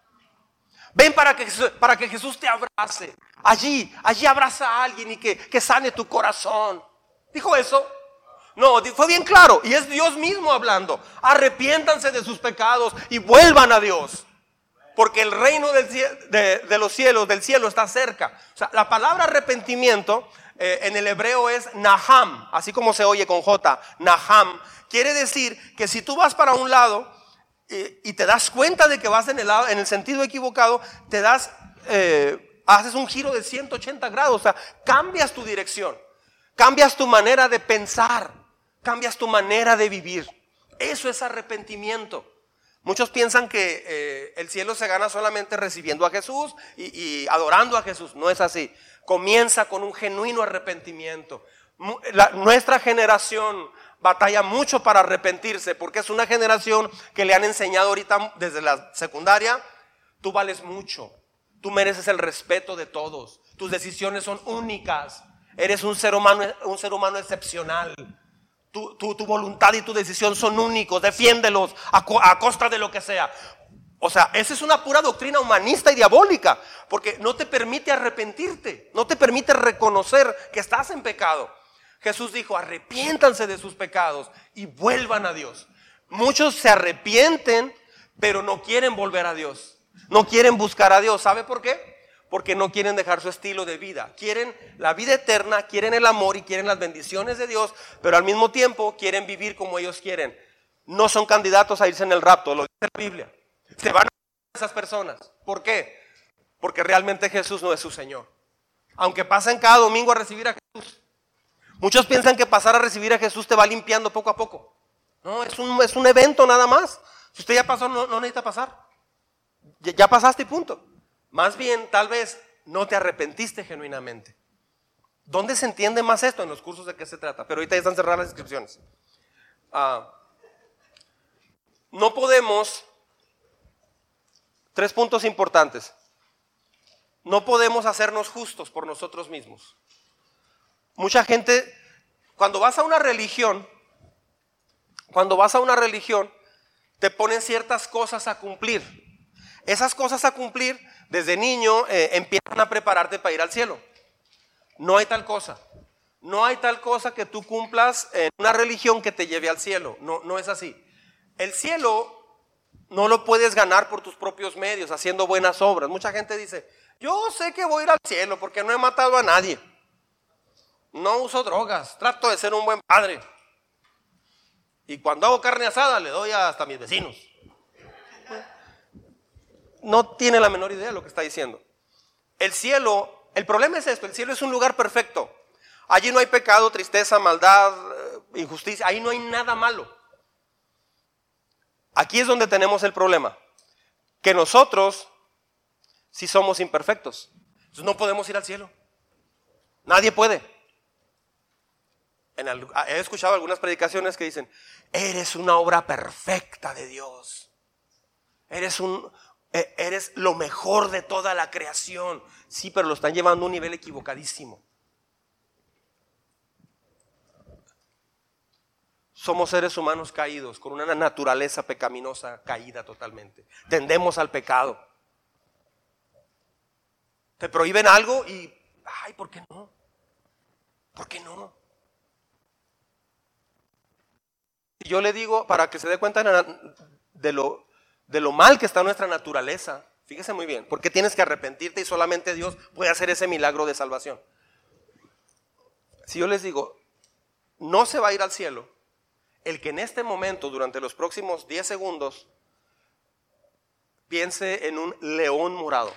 Ven para que, para que Jesús te abrace. Allí, allí abraza a alguien y que, que sane tu corazón. ¿Dijo eso? No, fue bien claro. Y es Dios mismo hablando. Arrepiéntanse de sus pecados y vuelvan a Dios. Porque el reino del, de, de los cielos, del cielo está cerca. O sea, la palabra arrepentimiento eh, en el hebreo es naham, así como se oye con J, naham. Quiere decir que si tú vas para un lado eh, y te das cuenta de que vas en el, lado, en el sentido equivocado, te das, eh, haces un giro de ciento ochenta grados, o sea, cambias tu dirección, cambias tu manera de pensar, cambias tu manera de vivir. Eso es arrepentimiento. Muchos piensan que eh, el cielo se gana solamente recibiendo a Jesús y, y adorando a Jesús. No es así. Comienza con un genuino arrepentimiento. La, nuestra generación batalla mucho para arrepentirse porque es una generación que le han enseñado ahorita desde la secundaria: tú vales mucho, tú mereces el respeto de todos, tus decisiones son únicas, eres un ser humano, un ser humano excepcional. Tu, tu, tu voluntad y tu decisión son únicos, defiéndelos a, a costa de lo que sea. O sea, esa es una pura doctrina humanista y diabólica, porque no te permite arrepentirte, no te permite reconocer que estás en pecado. Jesús dijo, arrepiéntanse de sus pecados y vuelvan a Dios. Muchos se arrepienten, pero no quieren volver a Dios, no quieren buscar a Dios. ¿Sabe por qué? Porque no quieren dejar su estilo de vida. Quieren la vida eterna, quieren el amor y quieren las bendiciones de Dios, pero al mismo tiempo quieren vivir como ellos quieren. No son candidatos a irse en el rapto, lo dice la Biblia. Se van a esas personas. ¿Por qué? Porque realmente Jesús no es su Señor. Aunque pasen cada domingo a recibir a Jesús. Muchos piensan que pasar a recibir a Jesús te va limpiando poco a poco. No, es un, es un evento nada más. Si usted ya pasó, no, no necesita pasar. Ya, ya pasaste y punto. Más bien, tal vez no te arrepentiste genuinamente. ¿Dónde se entiende más esto? En los cursos de qué se trata. Pero ahorita ya están cerradas las inscripciones. Ah, no podemos, tres puntos importantes. No podemos hacernos justos por nosotros mismos. Mucha gente, cuando vas a una religión, cuando vas a una religión, te ponen ciertas cosas a cumplir. Esas cosas a cumplir, desde niño eh, empiezan a prepararte para ir al cielo. No hay tal cosa. No hay tal cosa que tú cumplas en una religión que te lleve al cielo. No, no es así. El cielo no lo puedes ganar por tus propios medios, haciendo buenas obras. Mucha gente dice, yo sé que voy a ir al cielo porque no he matado a nadie. No uso drogas, trato de ser un buen padre. Y cuando hago carne asada le doy hasta a mis vecinos. No tiene la menor idea de lo que está diciendo. El cielo, el problema es esto, el cielo es un lugar perfecto. Allí no hay pecado, tristeza, maldad, injusticia, ahí no hay nada malo. Aquí es donde tenemos el problema, que nosotros sí somos imperfectos. Entonces no podemos ir al cielo. Nadie puede. En el, he escuchado algunas predicaciones que dicen, eres una obra perfecta de Dios. Eres un... Eres lo mejor de toda la creación. Sí, pero lo están llevando a un nivel equivocadísimo. Somos seres humanos caídos, con una naturaleza pecaminosa caída totalmente. Tendemos al pecado. Te prohíben algo y, ay, ¿por qué no? ¿Por qué no? Y yo le digo, para que se dé cuenta de lo... de lo mal que está nuestra naturaleza, fíjese muy bien, porque tienes que arrepentirte y solamente Dios puede hacer ese milagro de salvación. Si yo les digo, no se va a ir al cielo el que en este momento, durante los próximos diez segundos, piense en un león morado.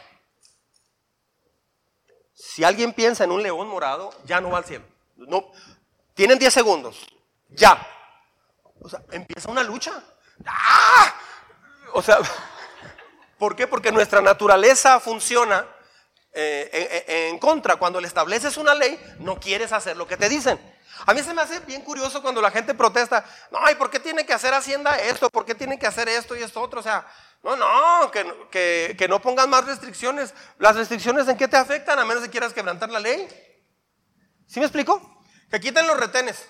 Si alguien piensa en un león morado, ya no va al cielo. No, tienen diez segundos, ya. O sea, empieza una lucha. ¡Ah! O sea, ¿por qué? Porque nuestra naturaleza funciona eh, en, en contra. Cuando le estableces una ley, no quieres hacer lo que te dicen. A mí se me hace bien curioso cuando la gente protesta. No, ¿y por qué tiene que hacer Hacienda esto? ¿Por qué tiene que hacer esto y esto otro? O sea, no, no, que, que, que no pongan más restricciones. ¿Las restricciones en qué te afectan? A menos que quieras quebrantar la ley. ¿Sí me explico? Que quiten los retenes.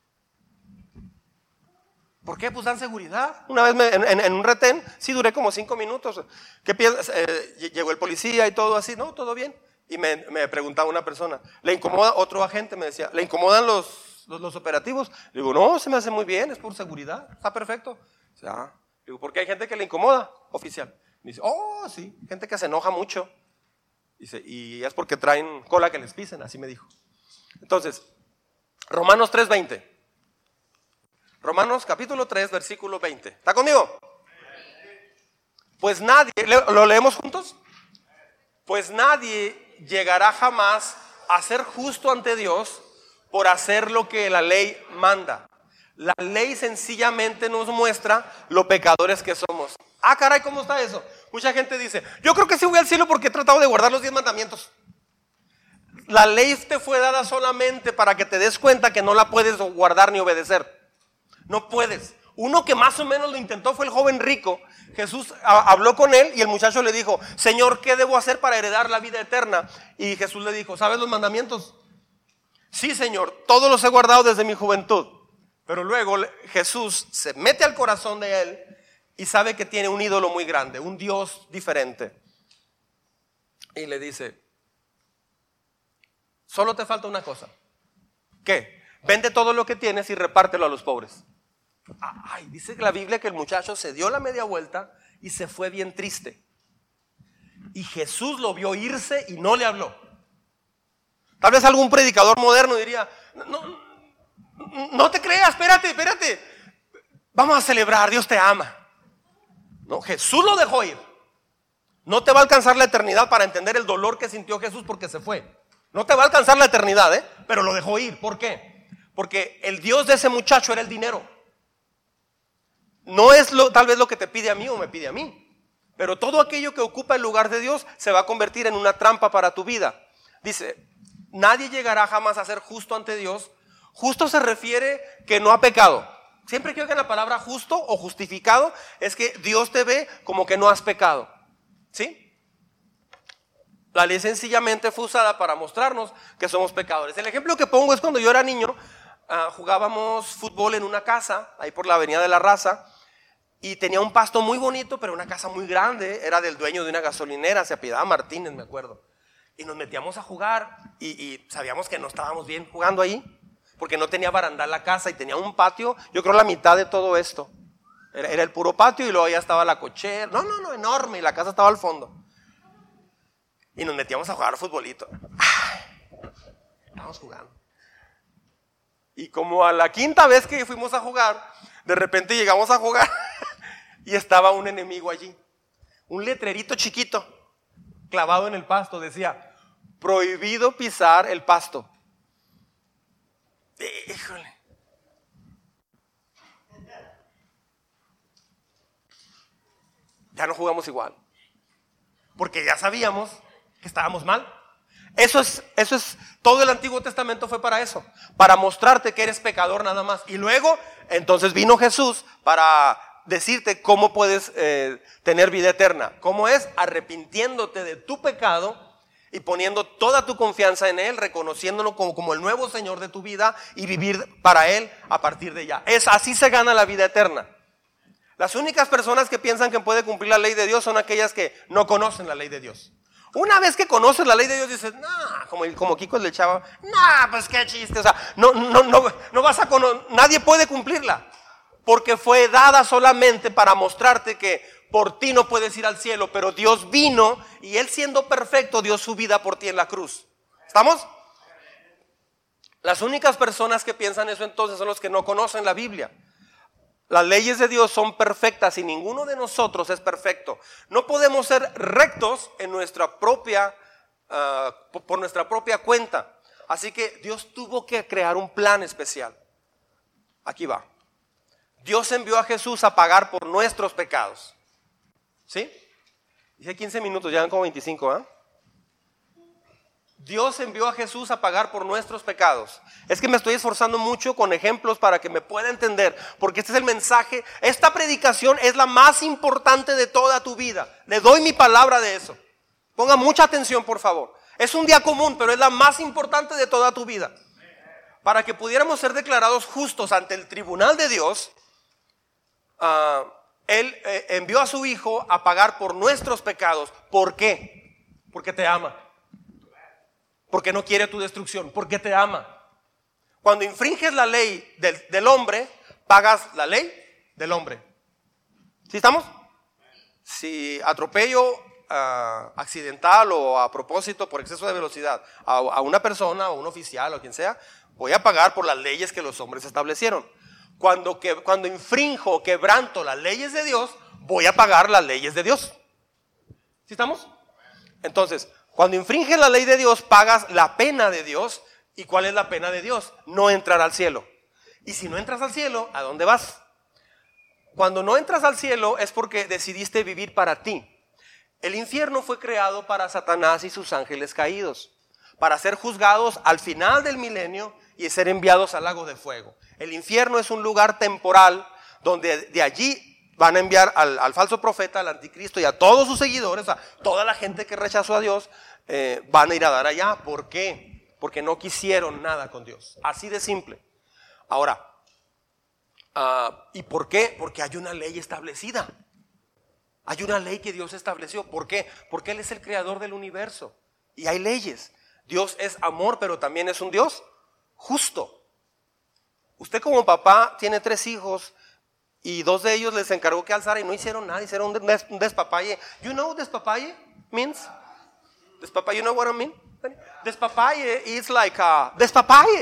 ¿Por qué? Pues dan seguridad. Una vez me, en, en, en un retén, sí duré como cinco minutos. ¿Qué piensas? Eh, llegó el policía y todo así. No, todo bien. Y me, me preguntaba una persona, ¿le incomoda? Otro agente me decía, ¿le incomodan los, los, los operativos? Le digo, no, se me hace muy bien, es por seguridad, está perfecto. O sea, le digo, ¿por qué hay gente que le incomoda, oficial? Me dice, oh, sí, gente que se enoja mucho. Dice, y es porque traen cola que les pisen, así me dijo. Entonces, Romanos tres veinte. Romanos capítulo tres, versículo veinte. ¿Está conmigo? Pues nadie, ¿lo leemos juntos? Pues nadie llegará jamás a ser justo ante Dios por hacer lo que la ley manda. La ley sencillamente nos muestra lo pecadores que somos. Ah, caray, ¿cómo está eso? Mucha gente dice, yo creo que sí voy al cielo porque he tratado de guardar los diez mandamientos. La ley te fue dada solamente para que te des cuenta que no la puedes guardar ni obedecer. No puedes. Uno que más o menos lo intentó fue el joven rico. Jesús habló con él y el muchacho le dijo, Señor, ¿qué debo hacer para heredar la vida eterna? Y Jesús le dijo, ¿sabes los mandamientos? Sí, Señor, todos los he guardado desde mi juventud. Pero luego Jesús se mete al corazón de él y sabe que tiene un ídolo muy grande, un Dios diferente. Y le dice, solo te falta una cosa. ¿Qué? Vende todo lo que tienes y repártelo a los pobres. Ay, dice la Biblia que el muchacho se dio la media vuelta y se fue bien triste. Y Jesús lo vio irse y no le habló. Tal vez algún predicador moderno diría, no, no, no te creas, espérate, espérate. Vamos a celebrar, Dios te ama. No, Jesús lo dejó ir. No te va a alcanzar la eternidad para entender el dolor que sintió Jesús porque se fue. No te va a alcanzar la eternidad, ¿eh? Pero lo dejó ir. ¿Por qué? Porque el Dios de ese muchacho era el dinero. No es lo, tal vez lo que te pide a mí o me pide a mí, pero todo aquello que ocupa el lugar de Dios se va a convertir en una trampa para tu vida. Dice, nadie llegará jamás a ser justo ante Dios. Justo se refiere que no ha pecado. Siempre que oigan la palabra justo o justificado, es que Dios te ve como que no has pecado. ¿Sí? La ley sencillamente fue usada para mostrarnos que somos pecadores. El ejemplo que pongo es cuando yo era niño, uh, jugábamos fútbol en una casa, ahí por la Avenida de la Raza, y tenía un pasto muy bonito, pero una casa muy grande, era del dueño de una gasolinera, se apellidaba Martínez, me acuerdo. Y nos metíamos a jugar y, y sabíamos que no estábamos bien jugando ahí, porque no tenía barandal la casa y tenía un patio, yo creo la mitad de todo esto. Era, era el puro patio y luego ya estaba la cochera, no, no, no, enorme, y la casa estaba al fondo. Y nos metíamos a jugar futbolito. Estábamos jugando. Y como a la quinta vez que fuimos a jugar, de repente llegamos a jugar y estaba un enemigo allí. Un letrerito chiquito, clavado en el pasto, decía, prohibido pisar el pasto. Híjole. Ya no jugamos igual. Porque ya sabíamos que estábamos mal. Eso es, eso es, todo el Antiguo Testamento fue para eso, para mostrarte que eres pecador nada más. Y luego, entonces vino Jesús para decirte cómo puedes eh, tener vida eterna. ¿Cómo es? Arrepintiéndote de tu pecado y poniendo toda tu confianza en Él, reconociéndolo como, como el nuevo Señor de tu vida y vivir para Él a partir de ya. Es, así se gana la vida eterna. Las únicas personas que piensan que puede cumplir la ley de Dios son aquellas que no conocen la ley de Dios. Una vez que conoces la ley de Dios dices, nah, como, como Kiko el del Chavo, nah, pues qué chiste, o sea, no, no, no, no vas a cono- nadie puede cumplirla, porque fue dada solamente para mostrarte que por ti no puedes ir al cielo, pero Dios vino y Él siendo perfecto dio su vida por ti en la cruz. ¿Estamos? Las únicas personas que piensan eso entonces son los que no conocen la Biblia. Las leyes de Dios son perfectas y ninguno de nosotros es perfecto. No podemos ser rectos en nuestra propia, uh, por nuestra propia cuenta. Así que Dios tuvo que crear un plan especial. Aquí va. Dios envió a Jesús a pagar por nuestros pecados. ¿Sí? Dije quince minutos, ya van como veinticinco, ¿eh? Dios envió a Jesús a pagar por nuestros pecados. Es que me estoy esforzando mucho con ejemplos para que me pueda entender, porque este es el mensaje. Esta predicación es la más importante de toda tu vida. Le doy mi palabra de eso. Ponga mucha atención, por favor. Es un día común, pero es la más importante de toda tu vida. Para que pudiéramos ser declarados justos ante el tribunal de Dios, uh, Él eh, envió a su Hijo a pagar por nuestros pecados. ¿Por qué? Porque te ama. Porque no quiere tu destrucción. Porque te ama. Cuando infringes la ley del, del hombre, pagas la ley del hombre. ¿Sí estamos? Si atropello uh, accidental o a propósito por exceso de velocidad a, a una persona o un oficial o quien sea, voy a pagar por las leyes que los hombres establecieron. Cuando, que, cuando infrinjo o quebranto las leyes de Dios, voy a pagar las leyes de Dios. ¿Sí estamos? Entonces, cuando infringes la ley de Dios, pagas la pena de Dios. ¿Y cuál es la pena de Dios? No entrar al cielo. Y si no entras al cielo, ¿a dónde vas? Cuando no entras al cielo es porque decidiste vivir para ti. El infierno fue creado para Satanás y sus ángeles caídos, para ser juzgados al final del milenio y ser enviados al lago de fuego. El infierno es un lugar temporal donde de allí van a enviar al, al falso profeta, al anticristo y a todos sus seguidores, a toda la gente que rechazó a Dios, eh, van a ir a dar allá. ¿Por qué? Porque no quisieron nada con Dios. Así de simple. Ahora, uh, ¿y por qué? Porque hay una ley establecida. Hay una ley que Dios estableció. ¿Por qué? Porque Él es el creador del universo. Y hay leyes. Dios es amor, pero también es un Dios justo. Usted como papá tiene tres hijos y dos de ellos les encargó que alzara y no hicieron nada, hicieron un, des, un despapalle. You know despapalle means? Despapalle, you know what I mean? Despapalle is like a, despapalle.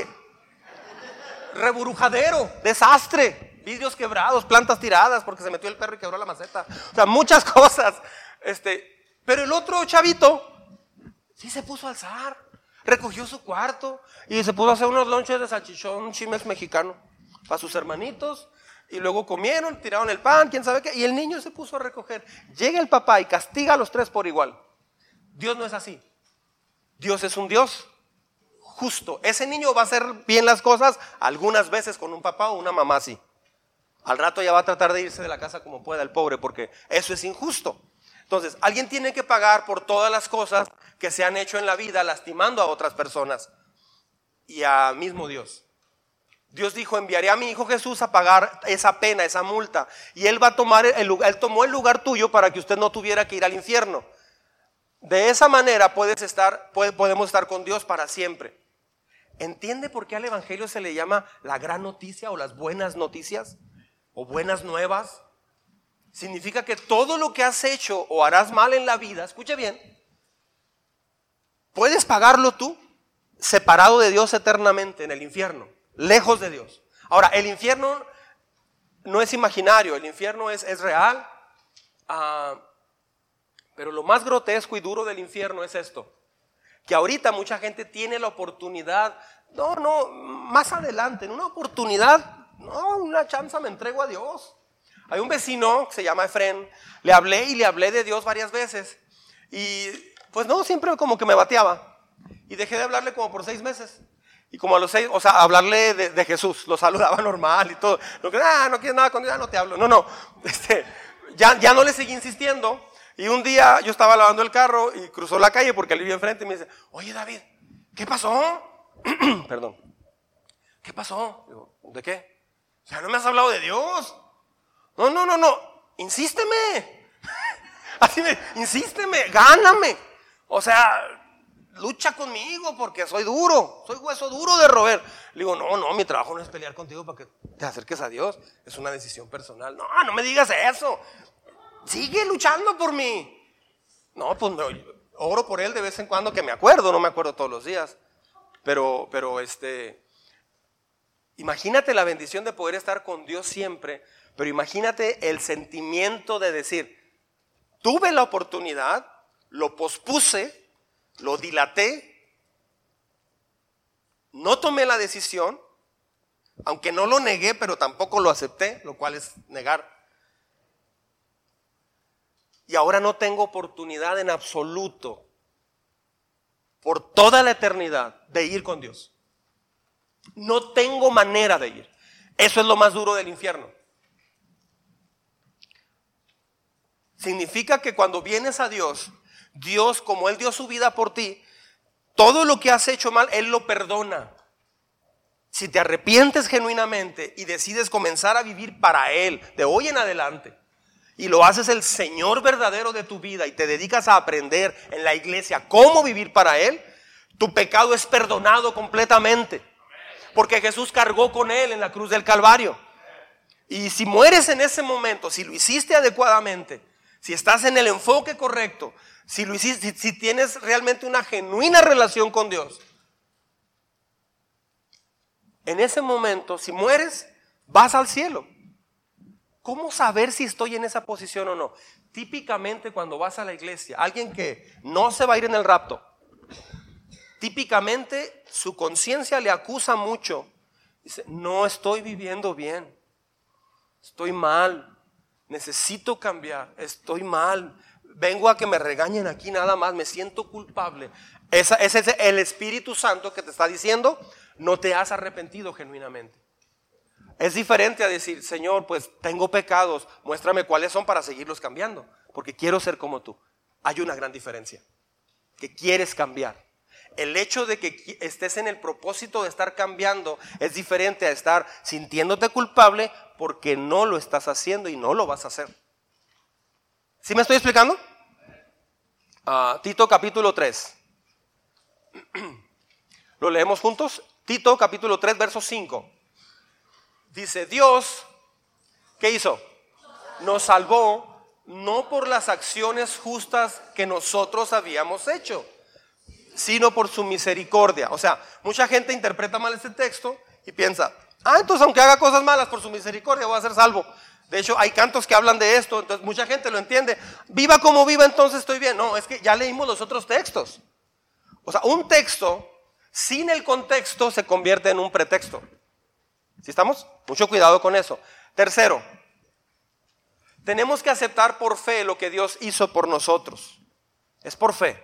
Reburujadero, desastre, vidrios quebrados, plantas tiradas porque se metió el perro y quebró la maceta. O sea, muchas cosas. Este, pero el otro chavito sí se puso a alzar. Recogió su cuarto y se pudo hacer unos lonches de salchichón, un chimex mexicano para sus hermanitos. Y luego comieron, tiraron el pan, quién sabe qué. Y el niño se puso a recoger. Llega el papá y castiga a los tres por igual. Dios no es así. Dios es un Dios justo. Ese niño va a hacer bien las cosas algunas veces con un papá o una mamá así. Al rato ya va a tratar de irse de la casa como pueda el pobre, porque eso es injusto. Entonces, alguien tiene que pagar por todas las cosas que se han hecho en la vida lastimando a otras personas y a mismo Dios. Dios dijo, enviaré a mi hijo Jesús a pagar esa pena, esa multa, y Él va a tomar el lugar, Él tomó el lugar tuyo para que usted no tuviera que ir al infierno. De esa manera puedes estar, puede, podemos estar con Dios para siempre. ¿Entiende por qué al evangelio se le llama la gran noticia o las buenas noticias o buenas nuevas? Significa que todo lo que has hecho o harás mal en la vida, escuche bien, puedes pagarlo tú separado de Dios eternamente en el infierno, lejos de Dios. Ahora, el infierno no es imaginario, el infierno es, es real, uh, pero lo más grotesco y duro del infierno es esto, que ahorita mucha gente tiene la oportunidad, no, no, más adelante, en una oportunidad, no, una chance me entrego a Dios. Hay un vecino que se llama Efren, le hablé y le hablé de Dios varias veces y pues no, siempre como que me bateaba y dejé de hablarle como por seis meses y como a los seis, o sea, hablarle de, de Jesús, lo saludaba normal y todo, no, ah, no quieres nada conmigo, ah, no te hablo, no, no, este, ya, ya no le seguí insistiendo y un día yo estaba lavando el carro y cruzó la calle porque él vivía enfrente y me dice, oye David, ¿qué pasó? Perdón, ¿qué pasó? Digo, ¿de qué? O sea, no me has hablado de Dios. No, no, no, no, insísteme. Así me, insísteme, gáname. O sea, lucha conmigo porque soy duro, soy hueso duro de roer. Le digo, no, no, mi trabajo no es pelear contigo para que te acerques a Dios. Es una decisión personal. No, no me digas eso. Sigue luchando por mí. No, pues me, oro por él de vez en cuando que me acuerdo, no me acuerdo todos los días. Pero, pero este, imagínate la bendición de poder estar con Dios siempre. Pero imagínate el sentimiento de decir, tuve la oportunidad, lo pospuse, lo dilaté, no tomé la decisión, aunque no lo negué, pero tampoco lo acepté, lo cual es negar. Y ahora no tengo oportunidad en absoluto por toda la eternidad de ir con Dios. No tengo manera de ir. Eso es lo más duro del infierno. Significa que cuando vienes a Dios, Dios, como Él dio su vida por ti, todo lo que has hecho mal, Él lo perdona. Si te arrepientes genuinamente y decides comenzar a vivir para Él de hoy en adelante, y lo haces el Señor verdadero de tu vida y te dedicas a aprender en la iglesia cómo vivir para Él, tu pecado es perdonado completamente. Porque Jesús cargó con Él en la cruz del Calvario. Y si mueres en ese momento, si lo hiciste adecuadamente, si estás en el enfoque correcto, si lo hiciste, si, si tienes realmente una genuina relación con Dios, en ese momento, si mueres, vas al cielo. ¿Cómo saber si estoy en esa posición o no? Típicamente cuando vas a la iglesia, alguien que no se va a ir en el rapto, típicamente su conciencia le acusa mucho. Dice, no estoy viviendo bien, estoy mal, necesito cambiar, estoy mal, vengo a que me regañen aquí nada más, me siento culpable. Esa, ese es el Espíritu Santo que te está diciendo, no te has arrepentido genuinamente. Es diferente a decir, Señor, pues tengo pecados, muéstrame cuáles son para seguirlos cambiando, porque quiero ser como tú. Hay una gran diferencia, que quieres cambiar. El hecho de que estés en el propósito de estar cambiando es diferente a estar sintiéndote culpable porque no lo estás haciendo y no lo vas a hacer. ¿Sí me estoy explicando? Uh, Tito capítulo tres. ¿Lo leemos juntos? Tito capítulo tres, verso cinco. Dice, Dios, ¿qué hizo? Nos salvó no por las acciones justas que nosotros habíamos hecho, sino por su misericordia. O sea, mucha gente interpreta mal este texto y piensa, ah, entonces aunque haga cosas malas, por su misericordia voy a ser salvo. De hecho, hay cantos que hablan de esto, entonces mucha gente lo entiende. Viva como viva, entonces estoy bien. No, es que ya leímos los otros textos. O sea, un texto sin el contexto se convierte en un pretexto. ¿Sí estamos? Mucho cuidado con eso. Tercero, tenemos que aceptar por fe lo que Dios hizo por nosotros. Es por fe.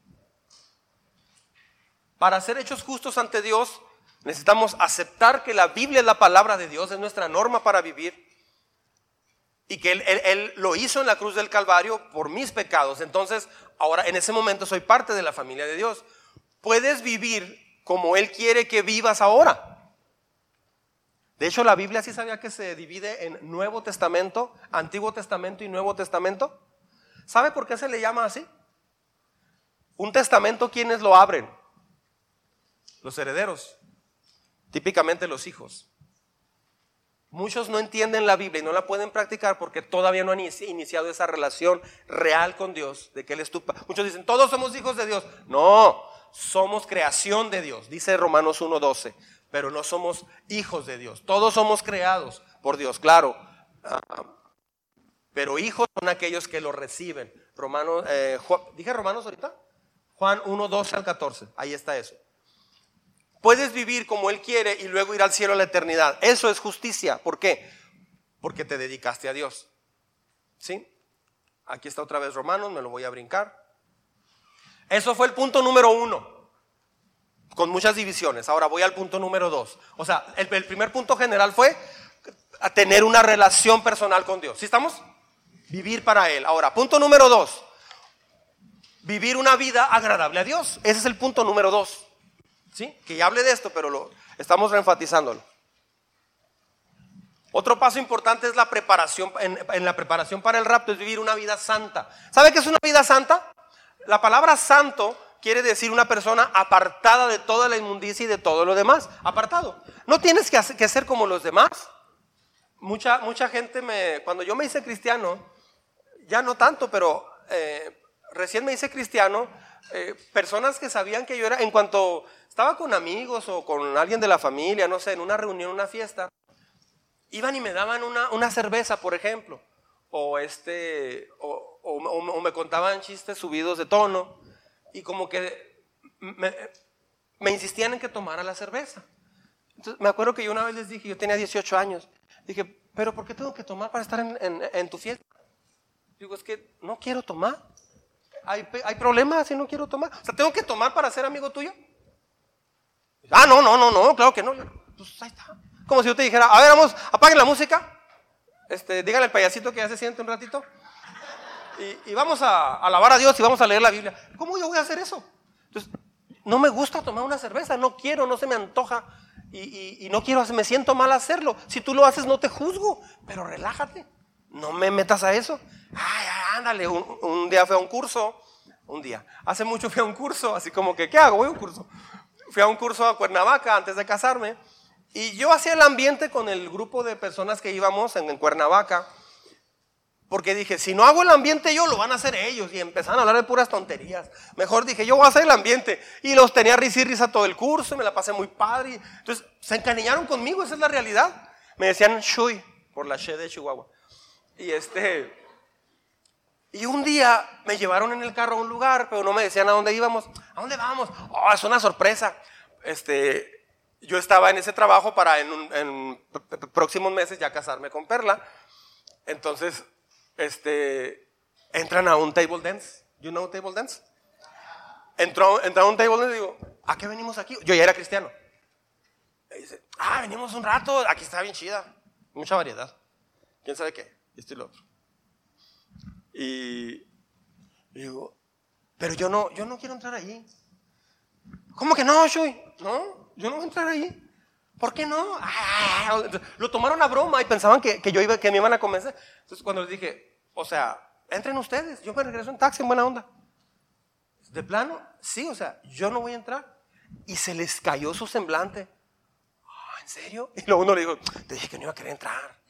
Para ser hechos justos ante Dios, necesitamos aceptar que la Biblia es la palabra de Dios, es nuestra norma para vivir. Y que él, él, él lo hizo en la cruz del Calvario por mis pecados. Entonces, ahora en ese momento soy parte de la familia de Dios. Puedes vivir como Él quiere que vivas ahora. De hecho, la Biblia sí sabía que se divide en Nuevo Testamento, Antiguo Testamento y Nuevo Testamento. ¿Sabe por qué se le llama así? Un testamento, ¿quiénes lo abren? Los herederos, típicamente los hijos. Muchos no entienden la Biblia y no la pueden practicar porque todavía no han iniciado esa relación real con Dios, de que Él es tu Padre. Muchos dicen, todos somos hijos de Dios. No, somos creación de Dios, dice Romanos uno doce. Pero no somos hijos de Dios. Todos somos creados por Dios, claro. Uh, pero hijos son aquellos que lo reciben. Romanos, eh, Juan, ¿dije Romanos ahorita? Juan uno doce al catorce. Ahí está eso. Puedes vivir como Él quiere y luego ir al cielo a la eternidad. Eso es justicia. ¿Por qué? Porque te dedicaste a Dios. ¿Sí? Aquí está otra vez Romanos, me lo voy a brincar. Eso fue el punto número uno. Con muchas divisiones. Ahora voy al punto número dos. O sea, el, el primer punto general fue a tener una relación personal con Dios. ¿Sí estamos? Vivir para Él. Ahora, punto número dos. Vivir una vida agradable a Dios. Ese es el punto número dos. ¿Sí? Que ya hablé de esto, pero lo estamos reenfatizándolo. Otro paso importante es la preparación. En, en la preparación para el rapto es vivir una vida santa. ¿Sabe qué es una vida santa? La palabra santo quiere decir una persona apartada de toda la inmundicia y de todo lo demás. Apartado. No tienes que, hacer, que ser como los demás. Mucha, mucha gente me... Cuando yo me hice cristiano, ya no tanto, pero eh, recién me hice cristiano, eh, personas que sabían que yo era... En cuanto estaba con amigos o con alguien de la familia, no sé, en una reunión, una fiesta, iban y me daban una, una cerveza, por ejemplo. O, este, o, o, o me contaban chistes subidos de tono. Y como que me, me insistían en que tomara la cerveza. Entonces me acuerdo que yo una vez les dije, yo tenía dieciocho años, dije, pero ¿por qué tengo que tomar para estar en, en, en tu fiesta? Digo, es que no quiero tomar. hay, hay problemas si no quiero tomar. O sea, ¿tengo que tomar para ser amigo tuyo? Ah, no, no, no, no, claro que no. Pues ahí está. Como si yo te dijera, a ver, vamos, apaguen la música. Este, dígale al payasito que ya se siente un ratito. Y, y vamos a, a alabar a Dios y vamos a leer la Biblia. ¿Cómo yo voy a hacer eso? Entonces, no me gusta tomar una cerveza, no quiero, no se me antoja. Y, y, y no quiero, me siento mal hacerlo. Si tú lo haces, no te juzgo, pero relájate. No me metas a eso. Ay, ándale, un, un día fui a un curso. Un día, hace mucho fui a un curso, así como que, ¿qué hago? Voy a un curso. Fui a un curso a Cuernavaca antes de casarme. Y yo hacía el ambiente con el grupo de personas que íbamos en, en Cuernavaca. Porque dije, si no hago el ambiente yo, lo van a hacer ellos. Y empezaron a hablar de puras tonterías. Mejor dije, yo voy a hacer el ambiente. Y los tenía risa y risa todo el curso. Y me la pasé muy padre. Entonces, se encariñaron conmigo, esa es la realidad. Me decían Shui, por la She de Chihuahua. Y este... Y un día me llevaron en el carro a un lugar, pero no me decían a dónde íbamos. ¿A dónde vamos? Oh, es una sorpresa. Este, yo estaba en ese trabajo para en, un, en próximos meses ya casarme con Perla. Entonces, este, entran a un table dance. You know table dance? Entró, entró a un table dance y digo, ¿a qué venimos aquí? Yo ya era cristiano. Y dice, ah, venimos un rato, aquí está bien chida. Mucha variedad. ¿Quién sabe qué? Esto y lo otro. Y digo, pero yo no, yo no quiero entrar ahí. ¿Cómo que no, Shui? No, yo no voy a entrar ahí. ¿Por qué no? Ah, lo tomaron a broma y pensaban que, que yo iba, que me iban a convencer. Entonces cuando les dije, o sea, entren ustedes, yo me regreso en taxi en buena onda. De plano, sí, o sea, yo no voy a entrar. Y se les cayó su semblante. Oh, ¿en serio? Y luego uno le dijo, te dije que no iba a querer entrar.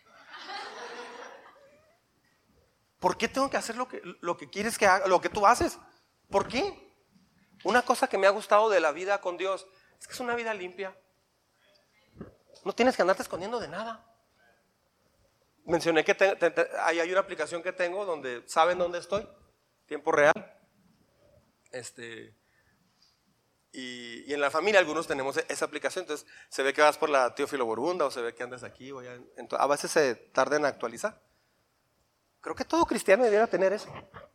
¿Por qué tengo que hacer lo que, lo que quieres que haga, lo que tú haces? ¿Por qué? Una cosa que me ha gustado de la vida con Dios es que es una vida limpia. No tienes que andarte escondiendo de nada. Mencioné que te, te, te, hay, hay una aplicación que tengo donde saben dónde estoy, tiempo real. Este, y, y en la familia algunos tenemos esa aplicación, entonces se ve que vas por la Teófilo Borunda o se ve que andas aquí. O ya, a veces se tarda en actualizar. Creo que todo cristiano debería tener eso.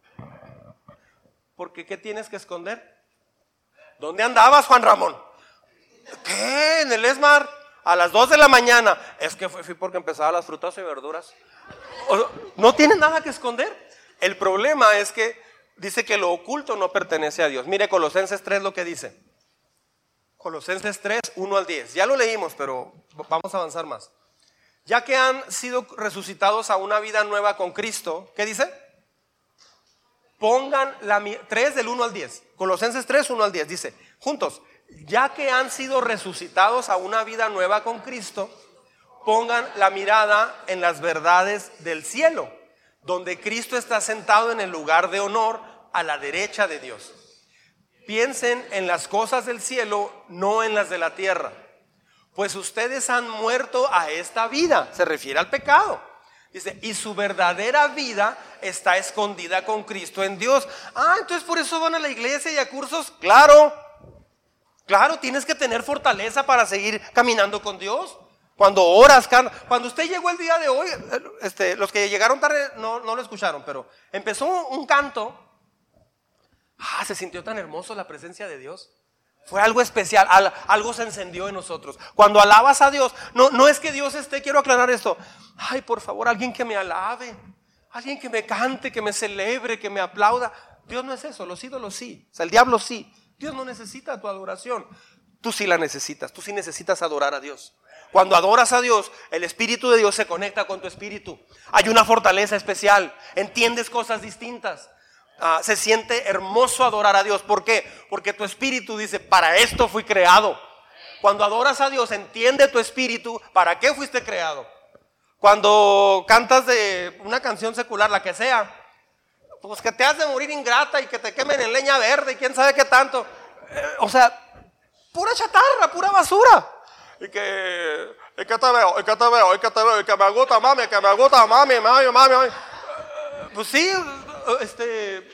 Porque ¿qué tienes que esconder? ¿Dónde andabas, Juan Ramón? ¿Qué? ¿En el Esmar? A las dos de la mañana. Es que fui porque empezaba las frutas y verduras. No tienes nada que esconder. El problema es que dice que lo oculto no pertenece a Dios. Mire Colosenses tres lo que dice. Colosenses tres, uno al diez. Ya lo leímos, pero vamos a avanzar más. Ya que han sido resucitados a una vida nueva con Cristo, ¿qué dice? Pongan la tres del uno al diez. Colosenses tres, uno al diez dice, juntos, ya que han sido resucitados a una vida nueva con Cristo, pongan la mirada en las verdades del cielo, donde Cristo está sentado en el lugar de honor a la derecha de Dios. Piensen en las cosas del cielo, no en las de la tierra. Pues ustedes han muerto a esta vida, se refiere al pecado. Dice, y su verdadera vida está escondida con Cristo en Dios. Ah, entonces por eso van a la iglesia y a cursos. Claro, claro, tienes que tener fortaleza para seguir caminando con Dios. Cuando oras, cuando usted llegó el día de hoy, este, los que llegaron tarde no, no lo escucharon, pero empezó un canto. Ah, se sintió tan hermoso la presencia de Dios. Fue algo especial, algo se encendió en nosotros. Cuando alabas a Dios, no, no es que Dios esté, quiero aclarar esto. Ay, por favor, alguien que me alabe, alguien que me cante, que me celebre, que me aplauda. Dios no es eso, los ídolos sí, o sea, el diablo sí. Dios no necesita tu adoración. Tú sí la necesitas, tú sí necesitas adorar a Dios. Cuando adoras a Dios, el Espíritu de Dios se conecta con tu espíritu. Hay una fortaleza especial, entiendes cosas distintas. Uh, se siente hermoso adorar a Dios. ¿Por qué? Porque tu espíritu dice, para esto fui creado. Cuando adoras a Dios, entiende tu espíritu para qué fuiste creado. Cuando cantas de una canción secular, la que sea, pues que te has de morir ingrata y que te quemen en leña verde y quién sabe qué tanto. Eh, o sea, pura chatarra, pura basura. Y que, y que te veo, y que te veo, y que te veo, y que me gusta mami, que me gusta mami, mami, mami, mami. Pues sí, este,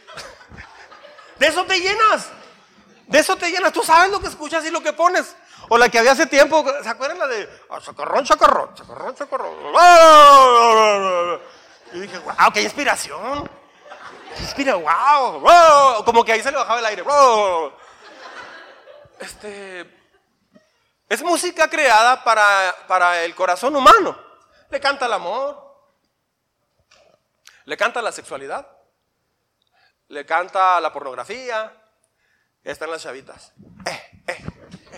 de eso te llenas, de eso te llenas. Tú sabes lo que escuchas y lo que pones. O la que había hace tiempo, ¿se acuerdan la de oh, chacarrón, chacarrón, chacarrón, chacarrón? Y dije, wow, qué inspiración. Respira, wow, wow, como que ahí se le bajaba el aire. Wow. Este, es música creada para, para el corazón humano. Le canta el amor, le canta la sexualidad, le canta la pornografía. Están las chavitas. Eh, eh, eh.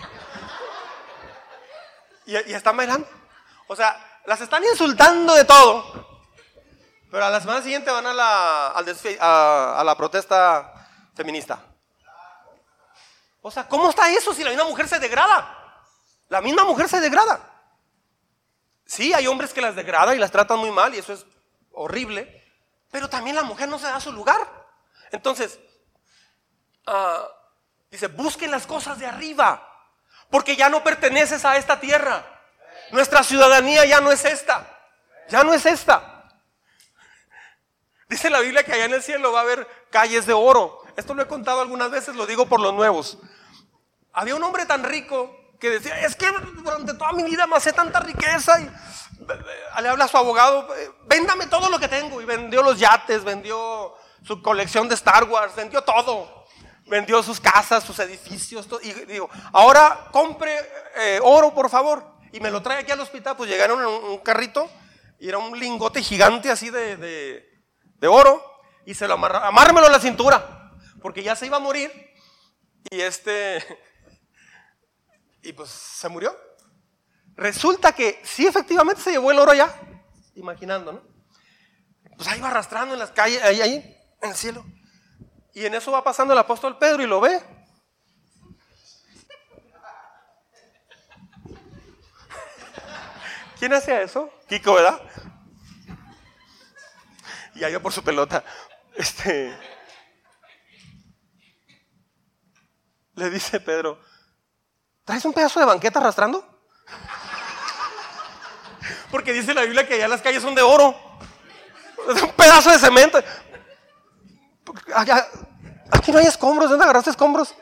Y, y están bailando. O sea, las están insultando de todo. Pero a la semana siguiente van a la, al desfile, a, a la protesta feminista. O sea, ¿cómo está eso si la misma mujer se degrada? La misma mujer se degrada. Sí, hay hombres que las degradan y las tratan muy mal y eso es horrible. Pero también la mujer no se da su lugar. Entonces, uh, dice, busquen las cosas de arriba. Porque ya no perteneces a esta tierra. Nuestra ciudadanía ya no es esta. Ya no es esta. Dice la Biblia que allá en el cielo va a haber calles de oro. Esto lo he contado algunas veces, lo digo por los nuevos. Había un hombre tan rico que decía, es que durante toda mi vida me hace tanta riqueza. Y le habla a su abogado, véndame todo lo que tengo. Y vendió los yates, vendió su colección de Star Wars, vendió todo. Vendió sus casas, sus edificios. Todo. Y digo, ahora compre eh, oro, por favor. Y me lo trae aquí al hospital. Pues llegaron en un, un carrito y era un lingote gigante así de... de de oro, y se lo amarra, amármelo a la cintura, porque ya se iba a morir, y este, y pues se murió. Resulta que sí, efectivamente se llevó el oro allá, imaginando, ¿no? Pues ahí va arrastrando en las calles, ahí, ahí, en el cielo, y en eso va pasando el apóstol Pedro y lo ve. ¿Quién hacía eso? Kiko, ¿verdad? Y ahí va por su pelota. Este, le dice Pedro, ¿traes un pedazo de banqueta arrastrando? Porque dice la Biblia que allá las calles son de oro. Es un pedazo de cemento. Allá, aquí no hay escombros. ¿De dónde agarraste escombros?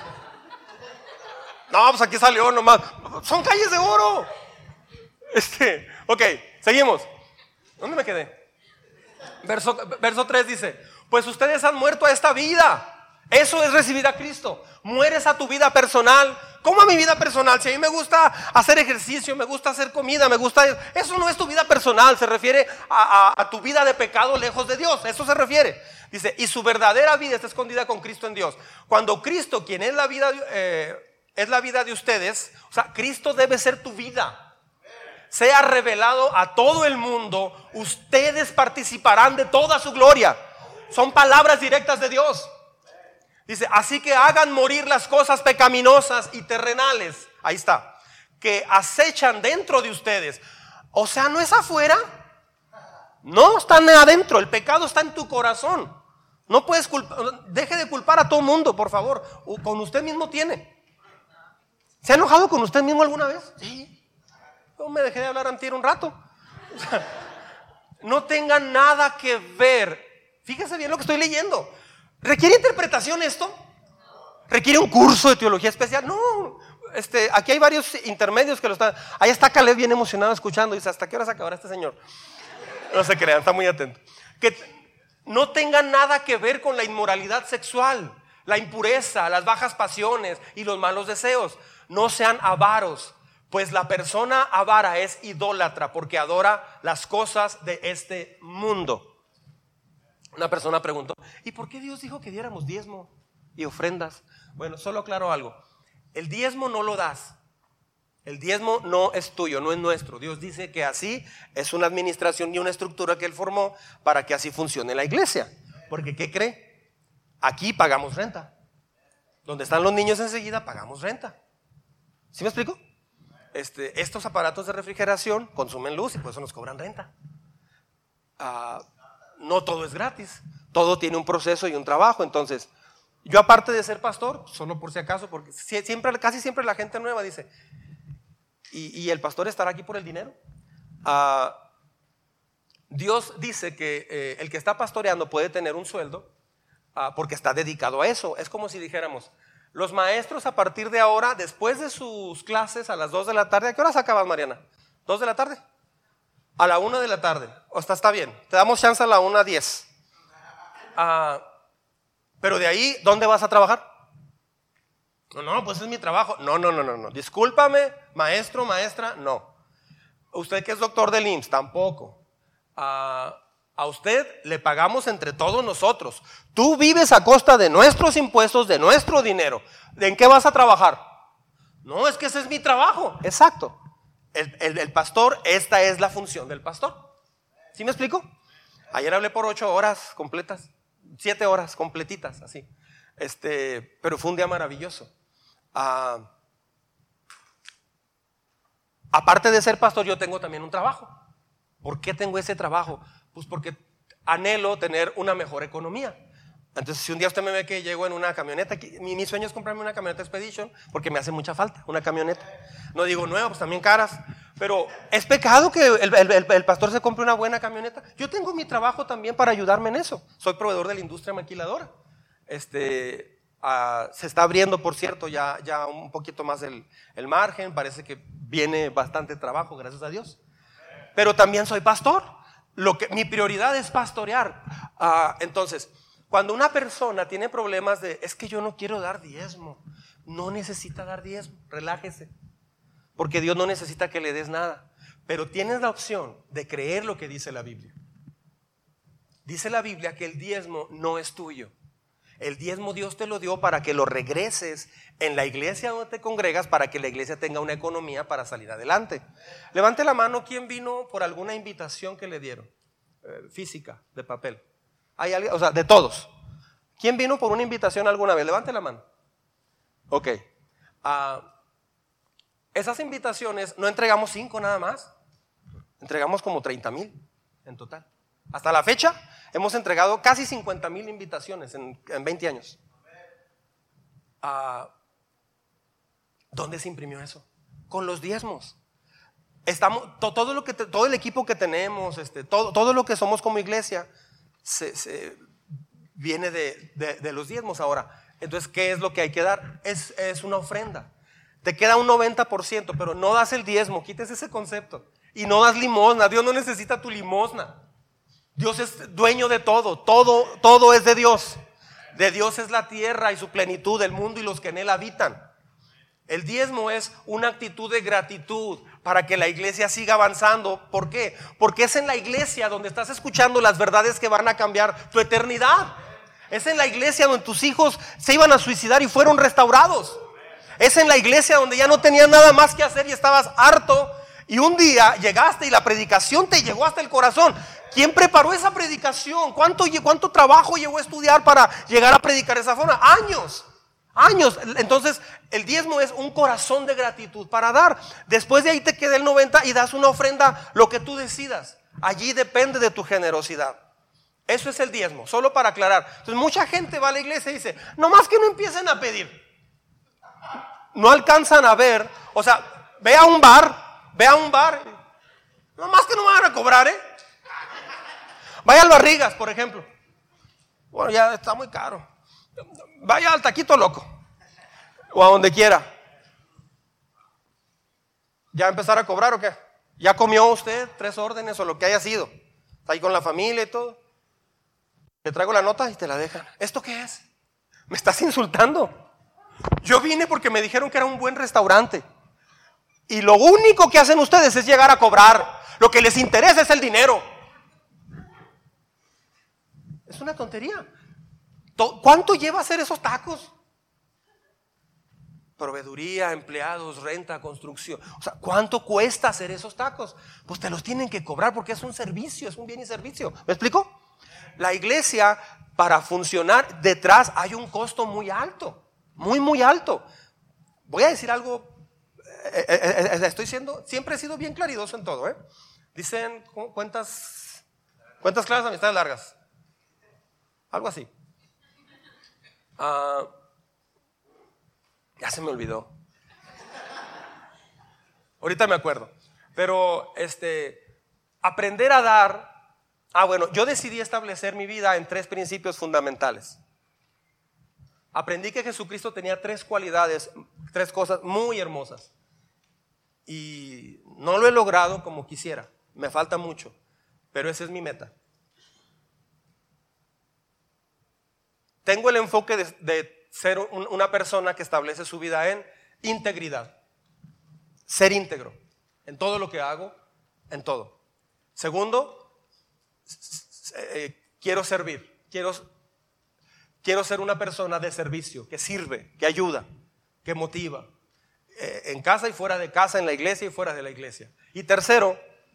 No, pues aquí salió nomás. Son calles de oro. Este, ok, seguimos. ¿Dónde me quedé? Verso, verso tres dice, pues ustedes han muerto a esta vida. Eso es recibir a Cristo. Mueres a tu vida personal. ¿Cómo a mi vida personal? Si a mí me gusta hacer ejercicio, me gusta hacer comida, me gusta... Eso no es tu vida personal, se refiere a, a, a tu vida de pecado lejos de Dios. Eso se refiere. Dice, y su verdadera vida está escondida con Cristo en Dios. Cuando Cristo, quien es la vida, eh, es la vida de ustedes, o sea, Cristo debe ser tu vida. Sea revelado a todo el mundo, ustedes participarán de toda su gloria. Son palabras directas de Dios. Dice, así que hagan morir las cosas pecaminosas y terrenales. Ahí está. Que acechan dentro de ustedes. O sea, ¿no es afuera? No, están adentro. El pecado está en tu corazón. No puedes culpar. Deje de culpar a todo el mundo, por favor. Con usted mismo tiene. ¿Se ha enojado con usted mismo alguna vez? Sí. Yo me dejé de hablar antier un rato. O sea, no tengan nada que ver. Fíjese bien lo que estoy leyendo. ¿Requiere interpretación esto? ¿Requiere un curso de teología especial? No. Este, aquí hay varios intermedios que lo están. Ahí está Caleb bien emocionado escuchando. Dice, ¿hasta qué hora se acabará este señor? No se crean, está muy atento. Que no tengan nada que ver con la inmoralidad sexual, la impureza, las bajas pasiones y los malos deseos. No sean avaros. Pues la persona avara es idólatra porque adora las cosas de este mundo. Una persona preguntó, ¿y por qué Dios dijo que diéramos diezmo y ofrendas? Bueno, solo aclaro algo. El diezmo no lo das. El diezmo no es tuyo, no es nuestro. Dios dice que así es una administración y una estructura que Él formó para que así funcione la iglesia. Porque ¿qué cree? Aquí pagamos renta. Donde están los niños enseguida pagamos renta. ¿Sí me explico? Este, estos aparatos de refrigeración consumen luz y por eso nos cobran renta. Uh, no todo es gratis, todo tiene un proceso y un trabajo. Entonces, yo aparte de ser pastor, solo por si acaso, porque siempre, casi siempre la gente nueva dice, ¿y, y el pastor estará aquí por el dinero? Uh, Dios dice que eh, el que está pastoreando puede tener un sueldo uh, porque está dedicado a eso. Es como si dijéramos, los maestros a partir de ahora, después de sus clases a las dos de la tarde, ¿a qué horas acabas, Mariana? ¿dos de la tarde? A la una de la tarde. O está, está bien, te damos chance a la una diez. ah, pero de ahí, ¿dónde vas a trabajar? No, no, pues es mi trabajo. No, no, no, no, no. Discúlpame, maestro, maestra, no. Usted que es doctor del I M S S, tampoco. Ah, a usted le pagamos entre todos nosotros. Tú vives a costa de nuestros impuestos, de nuestro dinero. ¿En qué vas a trabajar? No, es que ese es mi trabajo. Exacto. El, el, el pastor, esta es la función del pastor. ¿Sí me explico? Ayer hablé por ocho horas completas, siete horas completitas, así. Este, pero fue un día maravilloso. Ah, aparte de ser pastor, yo tengo también un trabajo. ¿Por qué tengo ese trabajo? Pues porque anhelo tener una mejor economía. Entonces, si un día usted me ve que llego en una camioneta, mi, mi sueño es comprarme una camioneta Expedition, porque me hace mucha falta una camioneta. No digo nueva, pues también caras. Pero es pecado que el, el, el, el pastor se compre una buena camioneta. Yo tengo mi trabajo también para ayudarme en eso. Soy proveedor de la industria maquiladora. Este, uh, se está abriendo, por cierto, ya, ya un poquito más el, el margen. Parece que viene bastante trabajo, gracias a Dios. Pero también soy pastor. Lo que, mi prioridad es pastorear. Uh, entonces, cuando una persona tiene problemas de, es que yo no quiero dar diezmo, no necesita dar diezmo, relájese. Porque Dios no necesita que le des nada. Pero tienes la opción de creer lo que dice la Biblia. Dice la Biblia que el diezmo no es tuyo. El diezmo Dios te lo dio para que lo regreses en la iglesia donde te congregas, para que la iglesia tenga una economía para salir adelante. Levante la mano, ¿quién vino por alguna invitación que le dieron? Eh, física, de papel. ¿Hay alguien? O sea, de todos. ¿Quién vino por una invitación alguna vez? Levante la mano. Ok. Ah... Uh, Esas invitaciones no entregamos cinco nada más, entregamos como treinta mil en total. Hasta la fecha hemos entregado casi cincuenta mil invitaciones en, en veinte años. Uh, ¿Dónde se imprimió eso? Con los diezmos. Estamos, to, todo, lo que te, todo el equipo que tenemos, este, todo, todo lo que somos como iglesia, se, se viene de, de, de los diezmos ahora. Entonces, ¿qué es lo que hay que dar? Es, es una ofrenda. Te queda un noventa por ciento, pero no das el diezmo, quites ese concepto. Y no das limosna, Dios no necesita tu limosna. Dios es dueño de todo, todo, todo es de Dios. De Dios es la tierra y su plenitud, el mundo y los que en él habitan. El diezmo es una actitud de gratitud para que la iglesia siga avanzando. ¿Por qué? Porque es en la iglesia donde estás escuchando las verdades que van a cambiar tu eternidad. Es en la iglesia donde tus hijos se iban a suicidar y fueron restaurados. Es en la iglesia donde ya no tenías nada más que hacer y estabas harto, y un día llegaste y la predicación te llegó hasta el corazón. ¿Quién preparó esa predicación? ¿Cuánto, cuánto trabajo llevó a estudiar para llegar a predicar de esa forma? Años, años. Entonces el diezmo es un corazón de gratitud para dar. Después de ahí te queda el noventa y das una ofrenda, lo que tú decidas. Allí depende de tu generosidad. Eso es el diezmo, solo para aclarar. Entonces mucha gente va a la iglesia y dice, no más que no empiecen a pedir. No alcanzan a ver, o sea, ve a un bar, ve a un bar, no más que no van a cobrar, ¿eh? Vaya al Barrigas, por ejemplo. Bueno, ya está muy caro. Vaya al Taquito Loco, o a donde quiera. ¿Ya empezar a cobrar o qué? ¿Ya comió usted tres órdenes o lo que haya sido? Está ahí con la familia y todo. Le traigo la nota y te la dejan. ¿Esto qué es? ¿Me estás insultando? Yo vine porque me dijeron que era un buen restaurante. Y lo único que hacen ustedes es llegar a cobrar. Lo que les interesa es el dinero. Es una tontería. ¿Cuánto lleva hacer esos tacos? Proveeduría, empleados, renta, construcción. O sea, ¿cuánto cuesta hacer esos tacos? Pues te los tienen que cobrar porque es un servicio, es un bien y servicio. ¿Me explico? La iglesia, para funcionar, detrás hay un costo muy alto. Muy, muy alto. Voy a decir algo, eh, eh, eh, estoy siendo, siempre he sido bien claridoso en todo, ¿eh? Dicen, ¿cuántas, cuántas claras de amistades largas? Algo así. Uh, ya se me olvidó. Ahorita me acuerdo. Pero, este, aprender a dar, ah, bueno, yo decidí establecer mi vida en tres principios fundamentales. Aprendí que Jesucristo tenía tres cualidades, tres cosas muy hermosas. Y no lo he logrado como quisiera. Me falta mucho, pero esa es mi meta. tengo el enfoque de, de ser un, una persona que establece su vida en integridad. Ser íntegro en todo lo que hago, en todo. Segundo, eh, quiero servir, quiero, quiero ser una persona de servicio, que sirve, que ayuda, que motiva, eh, en casa y fuera de casa, en la iglesia y fuera de la iglesia. Y tercero,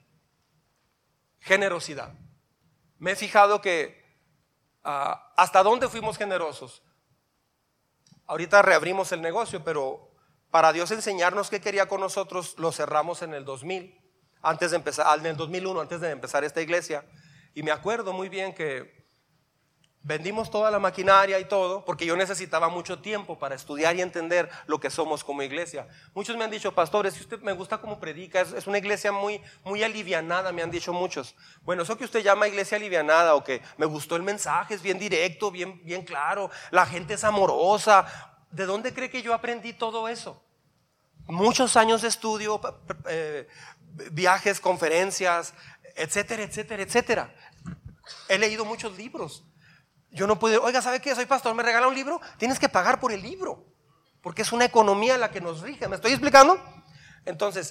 generosidad. Me he fijado que uh, hasta dónde fuimos generosos. Ahorita reabrimos el negocio, pero para Dios enseñarnos qué quería con nosotros, lo cerramos en el dos mil, antes de empezar, en el dos mil uno, antes de empezar esta iglesia. Y me acuerdo muy bien que vendimos toda la maquinaria y todo, porque yo necesitaba mucho tiempo para estudiar y entender lo que somos como iglesia. Muchos me han dicho, pastores, si usted me gusta cómo predica, es, es una iglesia muy, muy alivianada, me han dicho muchos. Bueno, eso que usted llama iglesia alivianada, o que me gustó el mensaje, es bien directo, bien, bien claro, la gente es amorosa. ¿De dónde cree que yo aprendí todo eso? Muchos años de estudio, eh, viajes, conferencias, etcétera, etcétera, etcétera. He leído muchos libros. Yo no puedo, oiga, ¿sabe qué? Soy pastor, ¿me regala un libro? Tienes que pagar por el libro, porque es una economía la que nos rige. ¿Me estoy explicando? Entonces,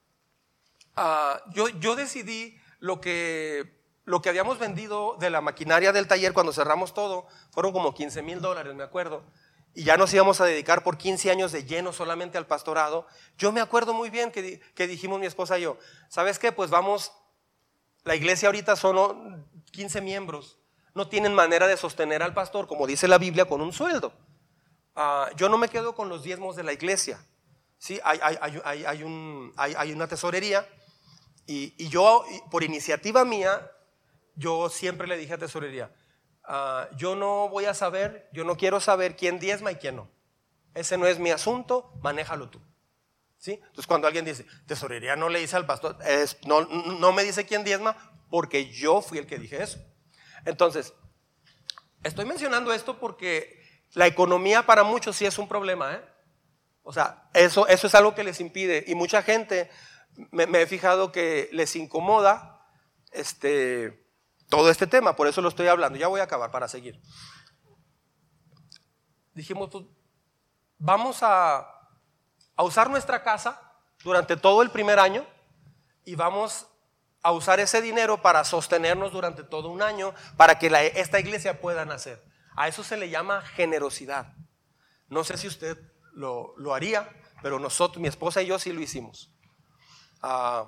uh, yo, yo decidí lo que, lo que habíamos vendido de la maquinaria del taller cuando cerramos todo, fueron como quince mil dólares, me acuerdo. Y ya nos íbamos a dedicar por quince años de lleno solamente al pastorado. Yo me acuerdo muy bien que, que dijimos mi esposa y yo, ¿sabes qué? Pues vamos, la iglesia ahorita son quince miembros. No tienen manera de sostener al pastor, como dice la Biblia, con un sueldo. Uh, yo no me quedo con los diezmos de la iglesia. ¿Sí? Hay, hay, hay, hay, hay, un, hay, hay una tesorería y, y yo, por iniciativa mía, yo siempre le dije a tesorería, uh, yo no voy a saber, yo no quiero saber quién diezma y quién no. Ese no es mi asunto, manéjalo tú. ¿Sí? Entonces cuando alguien dice, tesorería no le dice al pastor, es, no, no me dice quién diezma, porque yo fui el que dije eso. Entonces, estoy mencionando esto porque la economía para muchos sí es un problema, ¿eh? O sea, eso, eso es algo que les impide. Y mucha gente, me, me he fijado que les incomoda este, todo este tema. Por eso lo estoy hablando. Ya voy a acabar para seguir. Dijimos, pues, vamos a, a usar nuestra casa durante todo el primer año y vamos a usar ese dinero para sostenernos durante todo un año, para que la, esta iglesia pueda nacer. A eso se le llama generosidad. No sé si usted lo, lo haría, pero nosotros, mi esposa y yo sí lo hicimos. Uh,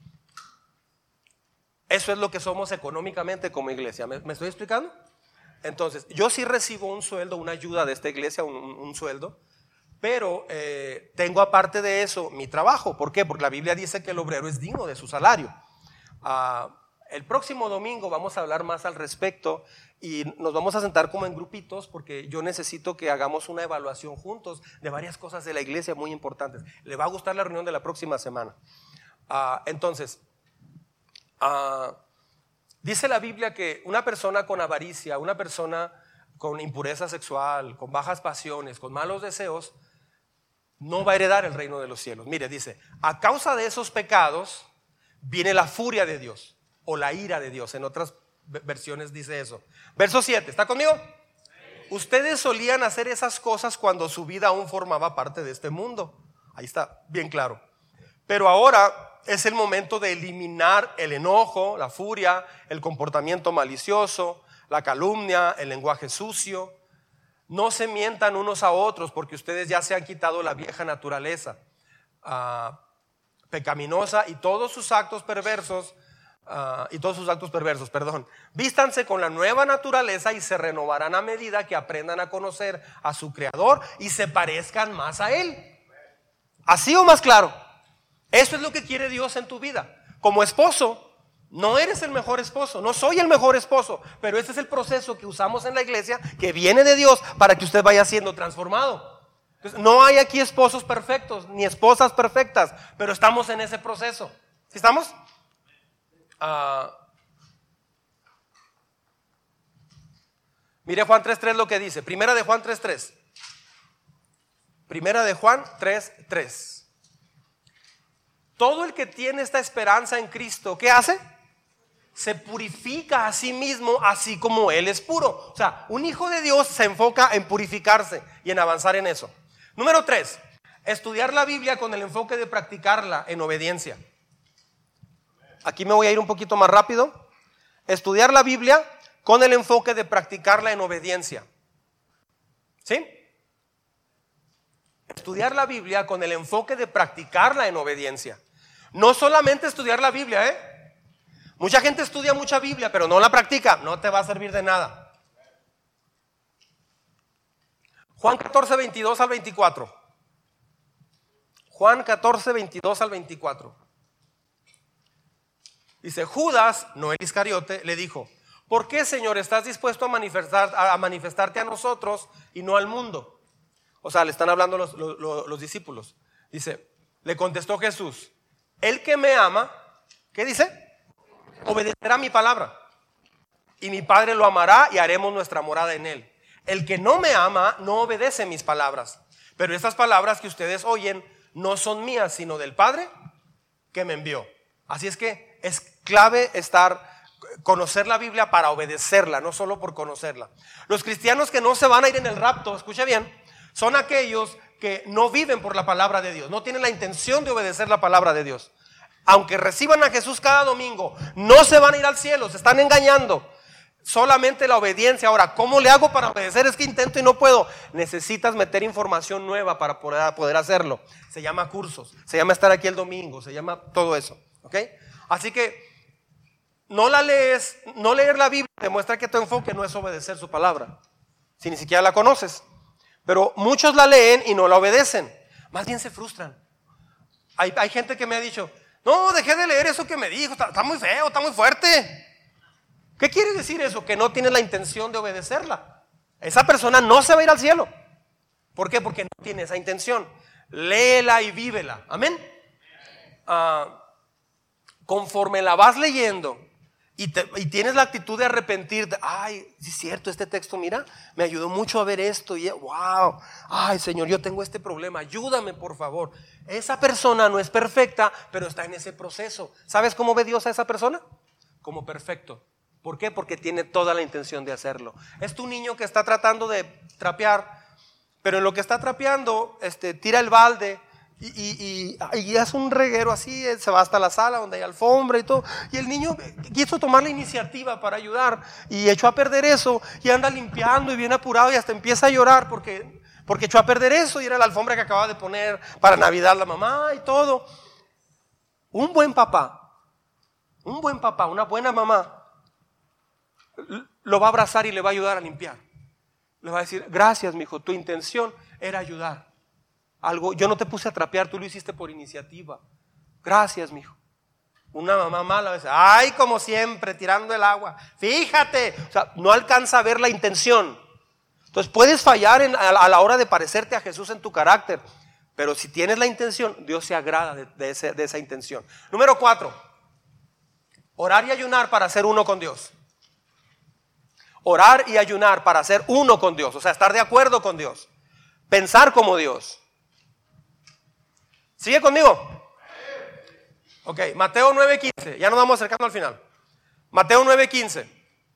eso es lo que somos económicamente como iglesia. ¿Me, me estoy explicando? Entonces, yo sí recibo un sueldo, una ayuda de esta iglesia, un, un, un sueldo, pero eh, tengo aparte de eso mi trabajo. ¿Por qué? Porque la Biblia dice que el obrero es digno de su salario. Uh, el próximo domingo vamos a hablar más al respecto y nos vamos a sentar como en grupitos, porque yo necesito que hagamos una evaluación juntos de varias cosas de la iglesia muy importantes. Le va a gustar la reunión de la próxima semana. Uh, entonces, uh, dice la Biblia que una persona con avaricia, una persona con impureza sexual, con bajas pasiones, con malos deseos, no va a heredar el reino de los cielos. Mire, dice, a causa de esos pecados viene la furia de Dios o la ira de Dios. En otras versiones dice eso. Verso siete, ¿está conmigo? Ustedes solían hacer esas cosas cuando su vida aún formaba parte de este mundo. Ahí está, bien claro. Pero ahora es el momento de eliminar el enojo, la furia, el comportamiento malicioso, la calumnia, el lenguaje sucio. No se mientan unos a otros, porque ustedes ya se han quitado la vieja naturaleza uh, pecaminosa y todos sus actos perversos, uh, y todos sus actos perversos, perdón. Vístanse con la nueva naturaleza y se renovarán a medida que aprendan a conocer a su Creador y se parezcan más a Él. ¿Así o más claro? Eso es lo que quiere Dios en tu vida. Como esposo, no eres el mejor esposo, no soy el mejor esposo, pero ese es el proceso que usamos en la iglesia, que viene de Dios para que usted vaya siendo transformado. Entonces, no hay aquí esposos perfectos ni esposas perfectas, pero estamos en ese proceso. ¿Sí estamos? Uh, mire Juan tres tres lo que dice. Primera de Juan tres tres. Primera de Juan tres tres. Todo el que tiene esta esperanza en Cristo, ¿qué hace? se purifica a sí mismo así como Él es puro. O sea, un hijo de Dios se enfoca en purificarse y en avanzar en eso. Número tres, estudiar la Biblia con el enfoque de practicarla en obediencia. Aquí me voy a ir un poquito más rápido. Estudiar la Biblia con el enfoque de practicarla en obediencia. ¿Sí? Estudiar la Biblia con el enfoque de practicarla en obediencia. No solamente estudiar la Biblia, ¿eh? Mucha gente estudia mucha Biblia, pero no la practica. No te va a servir de nada. Juan catorce, veintidós al veinticuatro. Juan catorce, veintidós al veinticuatro. Dice, Judas, no el Iscariote, le dijo, ¿por qué, Señor, estás dispuesto a, manifestar, a manifestarte a nosotros y no al mundo? O sea, le están hablando los, los, los discípulos. Dice, le contestó Jesús, el que me ama, ¿qué dice? Obedecerá mi palabra. Y mi Padre lo amará y haremos nuestra morada en él. El que no me ama no obedece mis palabras. Pero estas palabras que ustedes oyen no son mías, sino del Padre que me envió. Así es que es clave estar, conocer la Biblia para obedecerla, no solo por conocerla. Los cristianos que no se van a ir en el rapto, escuche bien, son aquellos que no viven por la palabra de Dios, no tienen la intención de obedecer la palabra de Dios. Aunque reciban a Jesús cada domingo, no se van a ir al cielo, se están engañando. Solamente la obediencia. Ahora, ¿cómo le hago para obedecer? Es que intento y no puedo. Necesitas meter información nueva para poder, poder hacerlo. Se llama cursos, se llama estar aquí el domingo, se llama todo eso. ¿Ok? Así que no la lees, no leer la Biblia demuestra que tu enfoque no es obedecer su palabra, si ni siquiera la conoces. Pero muchos la leen y no la obedecen. Más bien se frustran. Hay, hay gente que me ha dicho, no, dejé de leer eso que me dijo, está, está muy feo, está muy fuerte. ¿Qué quiere decir eso? Que no tienes la intención de obedecerla. Esa persona no se va a ir al cielo. ¿Por qué? Porque no tiene esa intención. Léela y vívela. Amén. Ah, conforme la vas leyendo y, te, y tienes la actitud de arrepentirte, ay, sí es cierto, este texto, mira, me ayudó mucho a ver esto, y wow, ay Señor, yo tengo este problema, ayúdame por favor. Esa persona no es perfecta, pero está en ese proceso. ¿Sabes cómo ve Dios a esa persona? Como perfecto. ¿Por qué? Porque tiene toda la intención de hacerlo. Es tu niño que está tratando de trapear, pero en lo que está trapeando, este, tira el balde y, y, y, y hace un reguero así, se va hasta la sala donde hay alfombra y todo, y el niño quiso tomar la iniciativa para ayudar y echó a perder eso y anda limpiando y bien apurado y hasta empieza a llorar porque, porque echó a perder eso y era la alfombra que acababa de poner para Navidad la mamá y todo. Un buen papá, un buen papá, una buena mamá lo va a abrazar y le va a ayudar a limpiar. Le va a decir, gracias mijo, tu intención era ayudar. Algo, yo no te puse a trapear, tú lo hiciste por iniciativa. Gracias mijo. Una mamá mala a veces, ay, como siempre, tirando el agua. Fíjate, o sea, no alcanza a ver la intención. Entonces puedes fallar en, a, a la hora de parecerte a Jesús en tu carácter, pero si tienes la intención, Dios se agrada de, de, ese, de esa intención. Número cuatro, orar y ayunar para ser uno con Dios. Orar y ayunar para ser uno con Dios, o sea, estar de acuerdo con Dios, pensar como Dios. ¿Sigue conmigo? Ok, Mateo nueve quince, ya nos vamos acercando al final. Mateo nueve quince.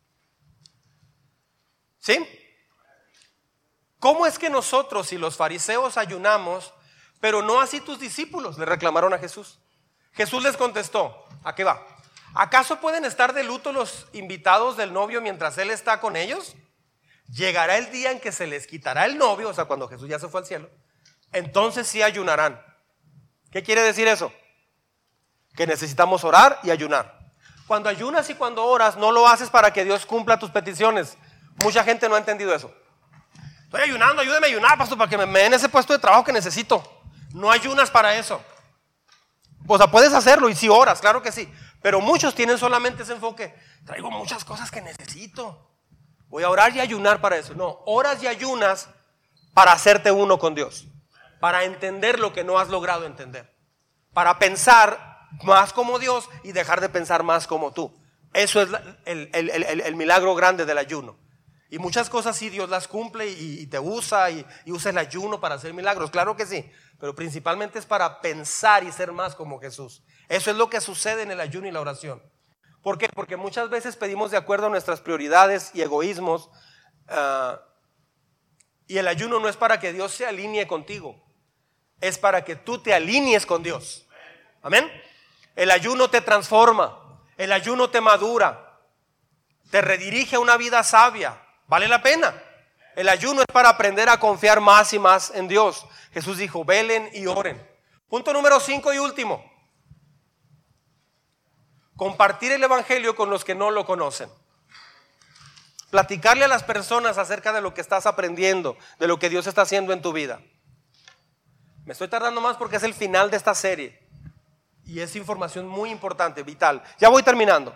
¿Sí? ¿Cómo es que nosotros y los fariseos ayunamos, pero no así tus discípulos? Le reclamaron a Jesús. Jesús les contestó, ¿a qué va? ¿Acaso pueden estar de luto los invitados del novio mientras él está con ellos? Llegará el día en que se les quitará el novio, o sea, cuando Jesús ya se fue al cielo, entonces sí ayunarán. ¿Qué quiere decir eso? Que necesitamos orar y ayunar. Cuando ayunas y cuando oras, no lo haces para que Dios cumpla tus peticiones. Mucha gente no ha entendido eso. Estoy ayunando, ayúdeme a ayunar, pastor, para que me, me den ese puesto de trabajo que necesito. No ayunas para eso. O sea, puedes hacerlo y si oras, claro que sí. Pero muchos tienen solamente ese enfoque. Traigo muchas cosas que necesito. Voy a orar y ayunar para eso. No, oras y ayunas para hacerte uno con Dios. Para entender lo que no has logrado entender. Para pensar más como Dios y dejar de pensar más como tú. Eso es el, el, el, el milagro grande del ayuno. Y muchas cosas sí Dios las cumple y, y te usa y, y usa el ayuno para hacer milagros. Claro que sí. Pero principalmente es para pensar y ser más como Jesús. Eso es lo que sucede en el ayuno y la oración. ¿Por qué? Porque muchas veces pedimos de acuerdo a nuestras prioridades y egoísmos, uh, y el ayuno no es para que Dios se alinee contigo, es para que tú te alinees con Dios. Amén. El ayuno te transforma, el ayuno te madura, te redirige a una vida sabia. Vale la pena. El ayuno es para aprender a confiar más y más en Dios. Jesús dijo, velen y oren. Punto número cinco y último. Compartir el evangelio con los que no lo conocen. Platicarle a las personas acerca de lo que estás aprendiendo, de lo que Dios está haciendo en tu vida. Me estoy tardando más porque es el final de esta serie y es información muy importante, vital. Ya voy terminando.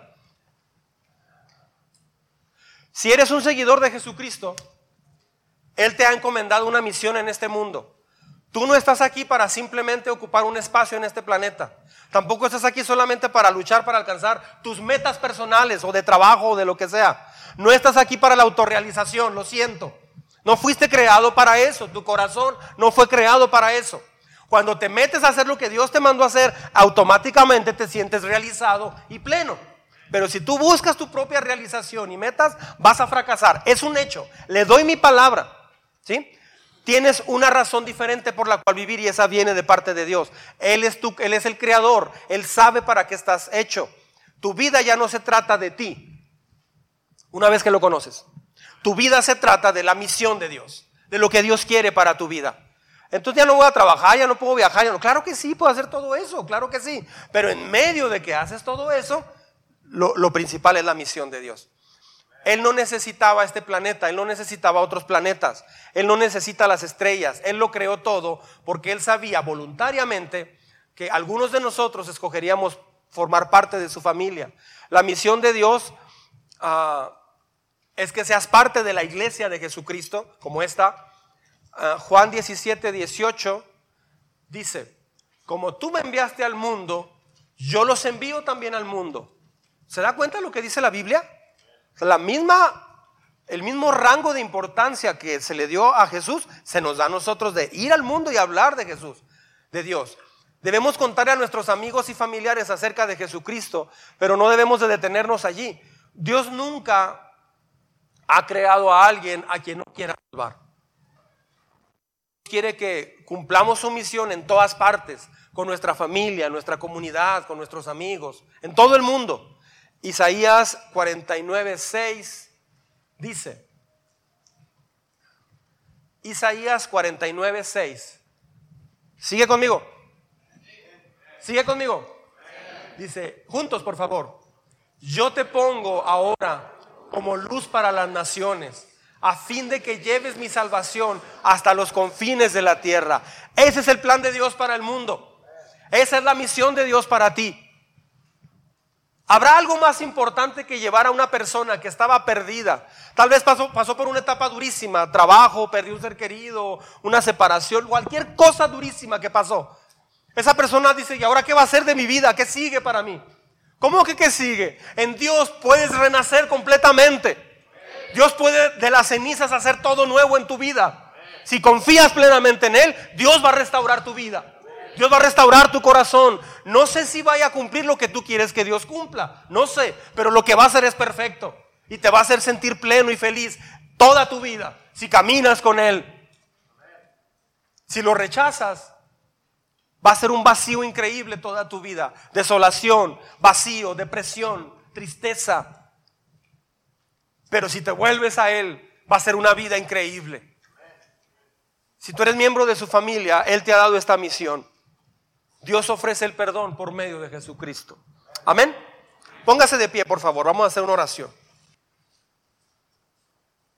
Si eres un seguidor de Jesucristo, Él te ha encomendado una misión en este mundo. Tú no estás aquí para simplemente ocupar un espacio en este planeta. Tampoco estás aquí solamente para luchar para alcanzar tus metas personales o de trabajo o de lo que sea. No estás aquí para la autorrealización, lo siento. No fuiste creado para eso, tu corazón no fue creado para eso. Cuando te metes a hacer lo que Dios te mandó a hacer, automáticamente te sientes realizado y pleno. Pero si tú buscas tu propia realización y metas, vas a fracasar. Es un hecho, le doy mi palabra, ¿sí? Tienes una razón diferente por la cual vivir y esa viene de parte de Dios. Él es, tu, Él es el creador, Él sabe para qué estás hecho. Tu vida ya no se trata de ti, una vez que lo conoces. Tu vida se trata de la misión de Dios, de lo que Dios quiere para tu vida. Entonces ya no voy a trabajar, ya no puedo viajar, ya no. Claro que sí, puedo hacer todo eso, claro que sí. Pero en medio de que haces todo eso, lo, lo principal es la misión de Dios. Él no necesitaba este planeta, Él no necesitaba otros planetas, Él no necesita las estrellas, Él lo creó todo porque Él sabía voluntariamente que algunos de nosotros escogeríamos formar parte de su familia. La misión de Dios uh, es que seas parte de la iglesia de Jesucristo, como esta. Uh, Juan diecisiete, dieciocho dice, como tú me enviaste al mundo, yo los envío también al mundo. ¿Se da cuenta de lo que dice la Biblia? La misma, el mismo rango de importancia que se le dio a Jesús se nos da a nosotros de ir al mundo y hablar de Jesús, de Dios. Debemos contarle a nuestros amigos y familiares acerca de Jesucristo, pero no debemos de detenernos allí. Dios nunca ha creado a alguien a quien no quiera salvar. Quiere que cumplamos su misión en todas partes, con nuestra familia, nuestra comunidad, con nuestros amigos, en todo el mundo. Isaías cuarenta y nueve, seis dice, Isaías cuarenta y nueve, seis, sigue conmigo, sigue conmigo, dice, juntos por favor, yo te pongo ahora como luz para las naciones, a fin de que lleves mi salvación hasta los confines de la tierra. Ese es el plan de Dios para el mundo, esa es la misión de Dios para ti. ¿Habrá algo más importante que llevar a una persona que estaba perdida? Tal vez pasó, pasó por una etapa durísima, trabajo, perdió un ser querido, una separación, cualquier cosa durísima que pasó. Esa persona dice, ¿y ahora qué va a hacer de mi vida? ¿Qué sigue para mí? ¿Cómo que qué sigue? En Dios puedes renacer completamente. Dios puede de las cenizas hacer todo nuevo en tu vida. Si confías plenamente en Él, Dios va a restaurar tu vida. Dios va a restaurar tu corazón. No sé si vaya a cumplir lo que tú quieres que Dios cumpla, no sé, pero lo que va a hacer es perfecto y te va a hacer sentir pleno y feliz toda tu vida si caminas con Él. Si lo rechazas, va a ser un vacío increíble toda tu vida, desolación, vacío, depresión, tristeza. Pero si te vuelves a Él, va a ser una vida increíble. Si tú eres miembro de su familia, Él te ha dado esta misión. Dios ofrece el perdón por medio de Jesucristo. Amén. Póngase de pie, por favor. Vamos a hacer una oración.